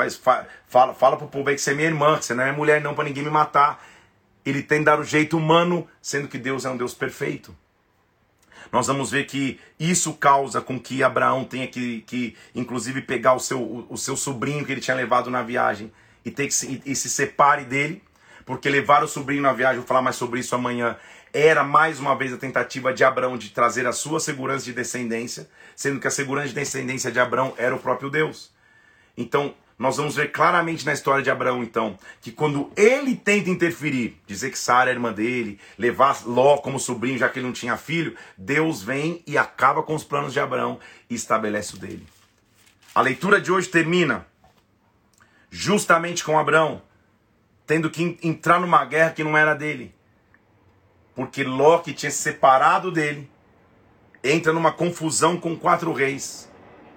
[SPEAKER 1] fala pro povo aí que você é minha irmã, que você não é mulher não, para ninguém me matar. Ele tem que dar o jeito humano, sendo que Deus é um Deus perfeito. Nós vamos ver que isso causa com que Abraão tenha que inclusive, pegar o seu sobrinho que ele tinha levado na viagem e se separe dele, porque levar o sobrinho na viagem, vou falar mais sobre isso amanhã, era mais uma vez a tentativa de Abraão de trazer a sua segurança de descendência, sendo que a segurança de descendência de Abraão era o próprio Deus. Então, nós vamos ver claramente na história de Abraão, então, que quando ele tenta interferir, dizer que Sara é irmã dele, levar Ló como sobrinho, já que ele não tinha filho, Deus vem e acaba com os planos de Abraão e estabelece o dele. A leitura de hoje termina justamente com Abraão tendo que entrar numa guerra que não era dele. Porque Ló, que tinha se separado dele, entra numa confusão com 4 reis.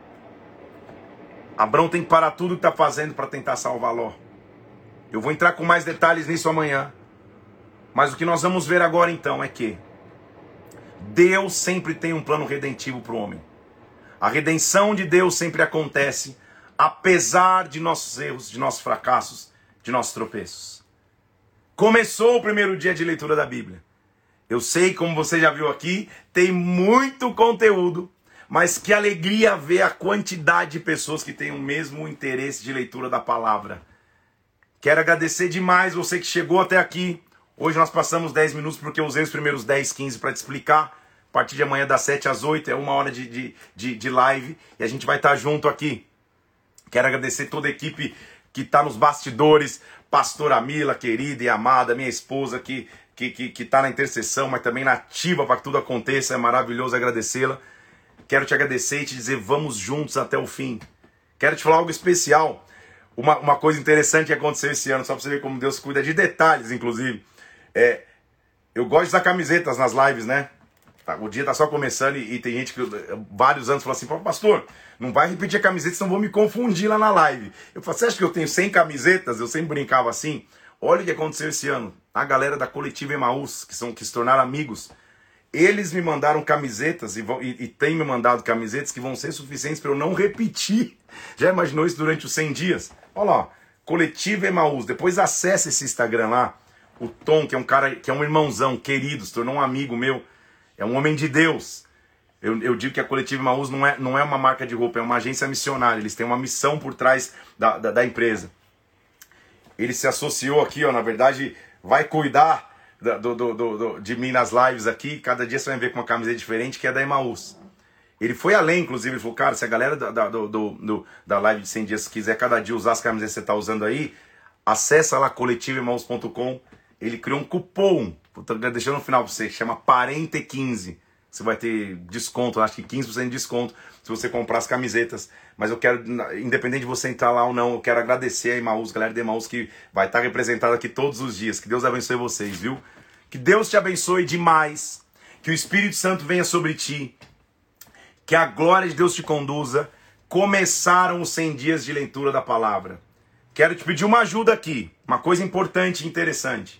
[SPEAKER 1] Abrão tem que parar tudo que está fazendo para tentar salvar Ló. Eu vou entrar com mais detalhes nisso amanhã. Mas o que nós vamos ver agora então é que Deus sempre tem um plano redentivo para o homem. A redenção de Deus sempre acontece, apesar de nossos erros, de nossos fracassos, de nossos tropeços. Começou o primeiro dia de leitura da Bíblia. Eu sei, como você já viu aqui, tem muito conteúdo, mas que alegria ver a quantidade de pessoas que têm o mesmo interesse de leitura da palavra. Quero agradecer demais você que chegou até aqui. Hoje nós passamos 10 minutos porque eu usei os primeiros 10, 15 para te explicar. A partir de amanhã das 7 às 8 é 1 hora de live e a gente vai estar junto aqui. Quero agradecer toda a equipe que está nos bastidores, pastora Mila, querida e amada, minha esposa que está na intercessão, mas também na ativa para que tudo aconteça, é maravilhoso agradecê-la. Quero te agradecer e te dizer, vamos juntos até o fim. Quero te falar algo especial, uma coisa interessante que aconteceu esse ano, só para você ver como Deus cuida de detalhes, inclusive. Eu gosto de usar camisetas nas lives, né? O dia tá só começando e tem gente que vários anos fala assim, pastor, não vai repetir a camiseta, senão vou me confundir lá na live. Eu falo, você acha que eu tenho 100 camisetas? Eu sempre brincava assim. Olha o que aconteceu esse ano. A galera da Coletiva Emaús, que se tornaram amigos, eles me mandaram camisetas e têm me mandado camisetas que vão ser suficientes para eu não repetir. Já imaginou isso durante os 100 dias? Olha lá, Coletiva Emaús. Depois acessa esse Instagram lá. O Tom, que é um cara, que é um irmãozão querido, se tornou um amigo meu. É um homem de Deus. Eu digo que a Coletiva Emaús não é uma marca de roupa, é uma agência missionária. Eles têm uma missão por trás da empresa. Ele se associou aqui, ó, na verdade, vai cuidar de mim nas lives aqui. Cada dia você vai ver com uma camiseta diferente, que é da Emaús. Ele foi além, inclusive, ele falou, cara, se a galera da live de 100 dias quiser cada dia usar as camisetas que você está usando aí, acessa lá coletivaemaús.com. Ele criou um cupom, deixando no final para você, chama Parente15. Você vai ter desconto, acho que 15% de desconto se você comprar as camisetas. Mas eu quero, independente de você entrar lá ou não, eu quero agradecer a Emaús, a galera da Emaús que vai estar representada aqui todos os dias. Que Deus abençoe vocês, viu? Que Deus te abençoe demais. Que o Espírito Santo venha sobre ti. Que a glória de Deus te conduza. Começaram os 100 dias de leitura da palavra. Quero te pedir uma ajuda aqui. Uma coisa importante e interessante.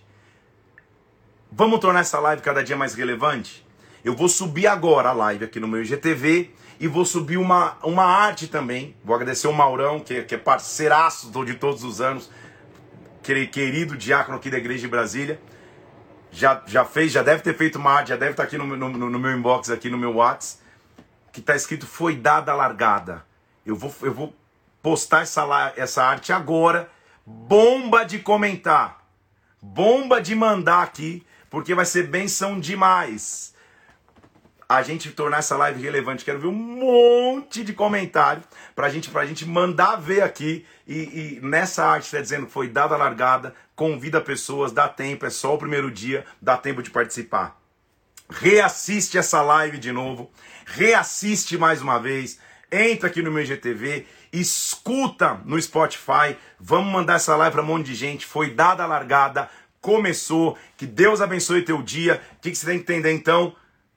[SPEAKER 1] Vamos tornar essa live cada dia mais relevante? Eu vou subir agora a live aqui no meu IGTV e vou subir uma arte também. Vou agradecer o Maurão, que é parceiraço de todos os anos, querido diácono aqui da Igreja de Brasília. Já deve ter feito uma arte, já deve estar aqui no meu inbox, aqui no meu WhatsApp, que está escrito foi dada a largada. Eu vou postar essa arte agora. Bomba de comentar. Bomba de mandar aqui. Porque vai ser benção demais a gente tornar essa live relevante. Quero ver um monte de comentário pra gente mandar ver aqui. E nessa arte está dizendo que foi dada a largada, convida pessoas, dá tempo, é só o primeiro dia, dá tempo de participar. Reassiste essa live de novo, reassiste mais uma vez, entra aqui no meu IGTV, escuta no Spotify, vamos mandar essa live para um monte de gente, foi dada a largada, começou, que Deus abençoe teu dia. O que você tem que entender então?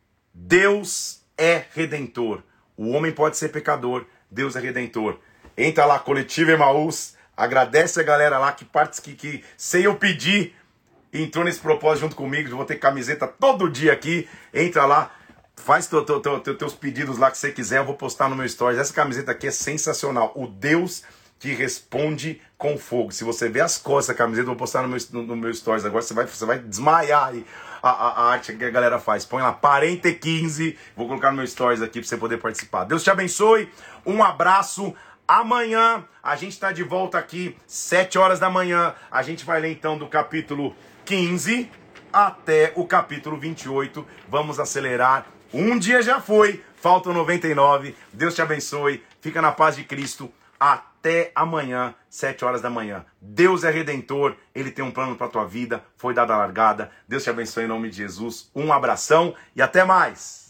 [SPEAKER 1] Deus é redentor. O homem pode ser pecador, Deus é redentor. Entra lá, Coletiva Emaús, agradece a galera lá que sem eu pedir, entrou nesse propósito junto comigo. Eu vou ter camiseta todo dia aqui. Entra lá, faz teus pedidos lá que você quiser, eu vou postar no meu stories. Essa camiseta aqui é sensacional. O Deus que responde com fogo. Se você ver as costas da camiseta, eu vou postar no meu stories agora, você vai desmaiar aí a arte que a galera faz. Põe lá, Parente15, vou colocar no meu stories aqui para você poder participar. Deus te abençoe, um abraço. Amanhã a gente está de volta aqui, 7 horas da manhã. A gente vai ler então do capítulo 15 até o capítulo 28. Vamos acelerar. Um dia já foi, faltam 99. Deus te abençoe, fica na paz de Cristo. Até amanhã, 7 horas da manhã. Deus é redentor, Ele tem um plano para a tua vida, foi dada a largada. Deus te abençoe em nome de Jesus. Um abração e até mais.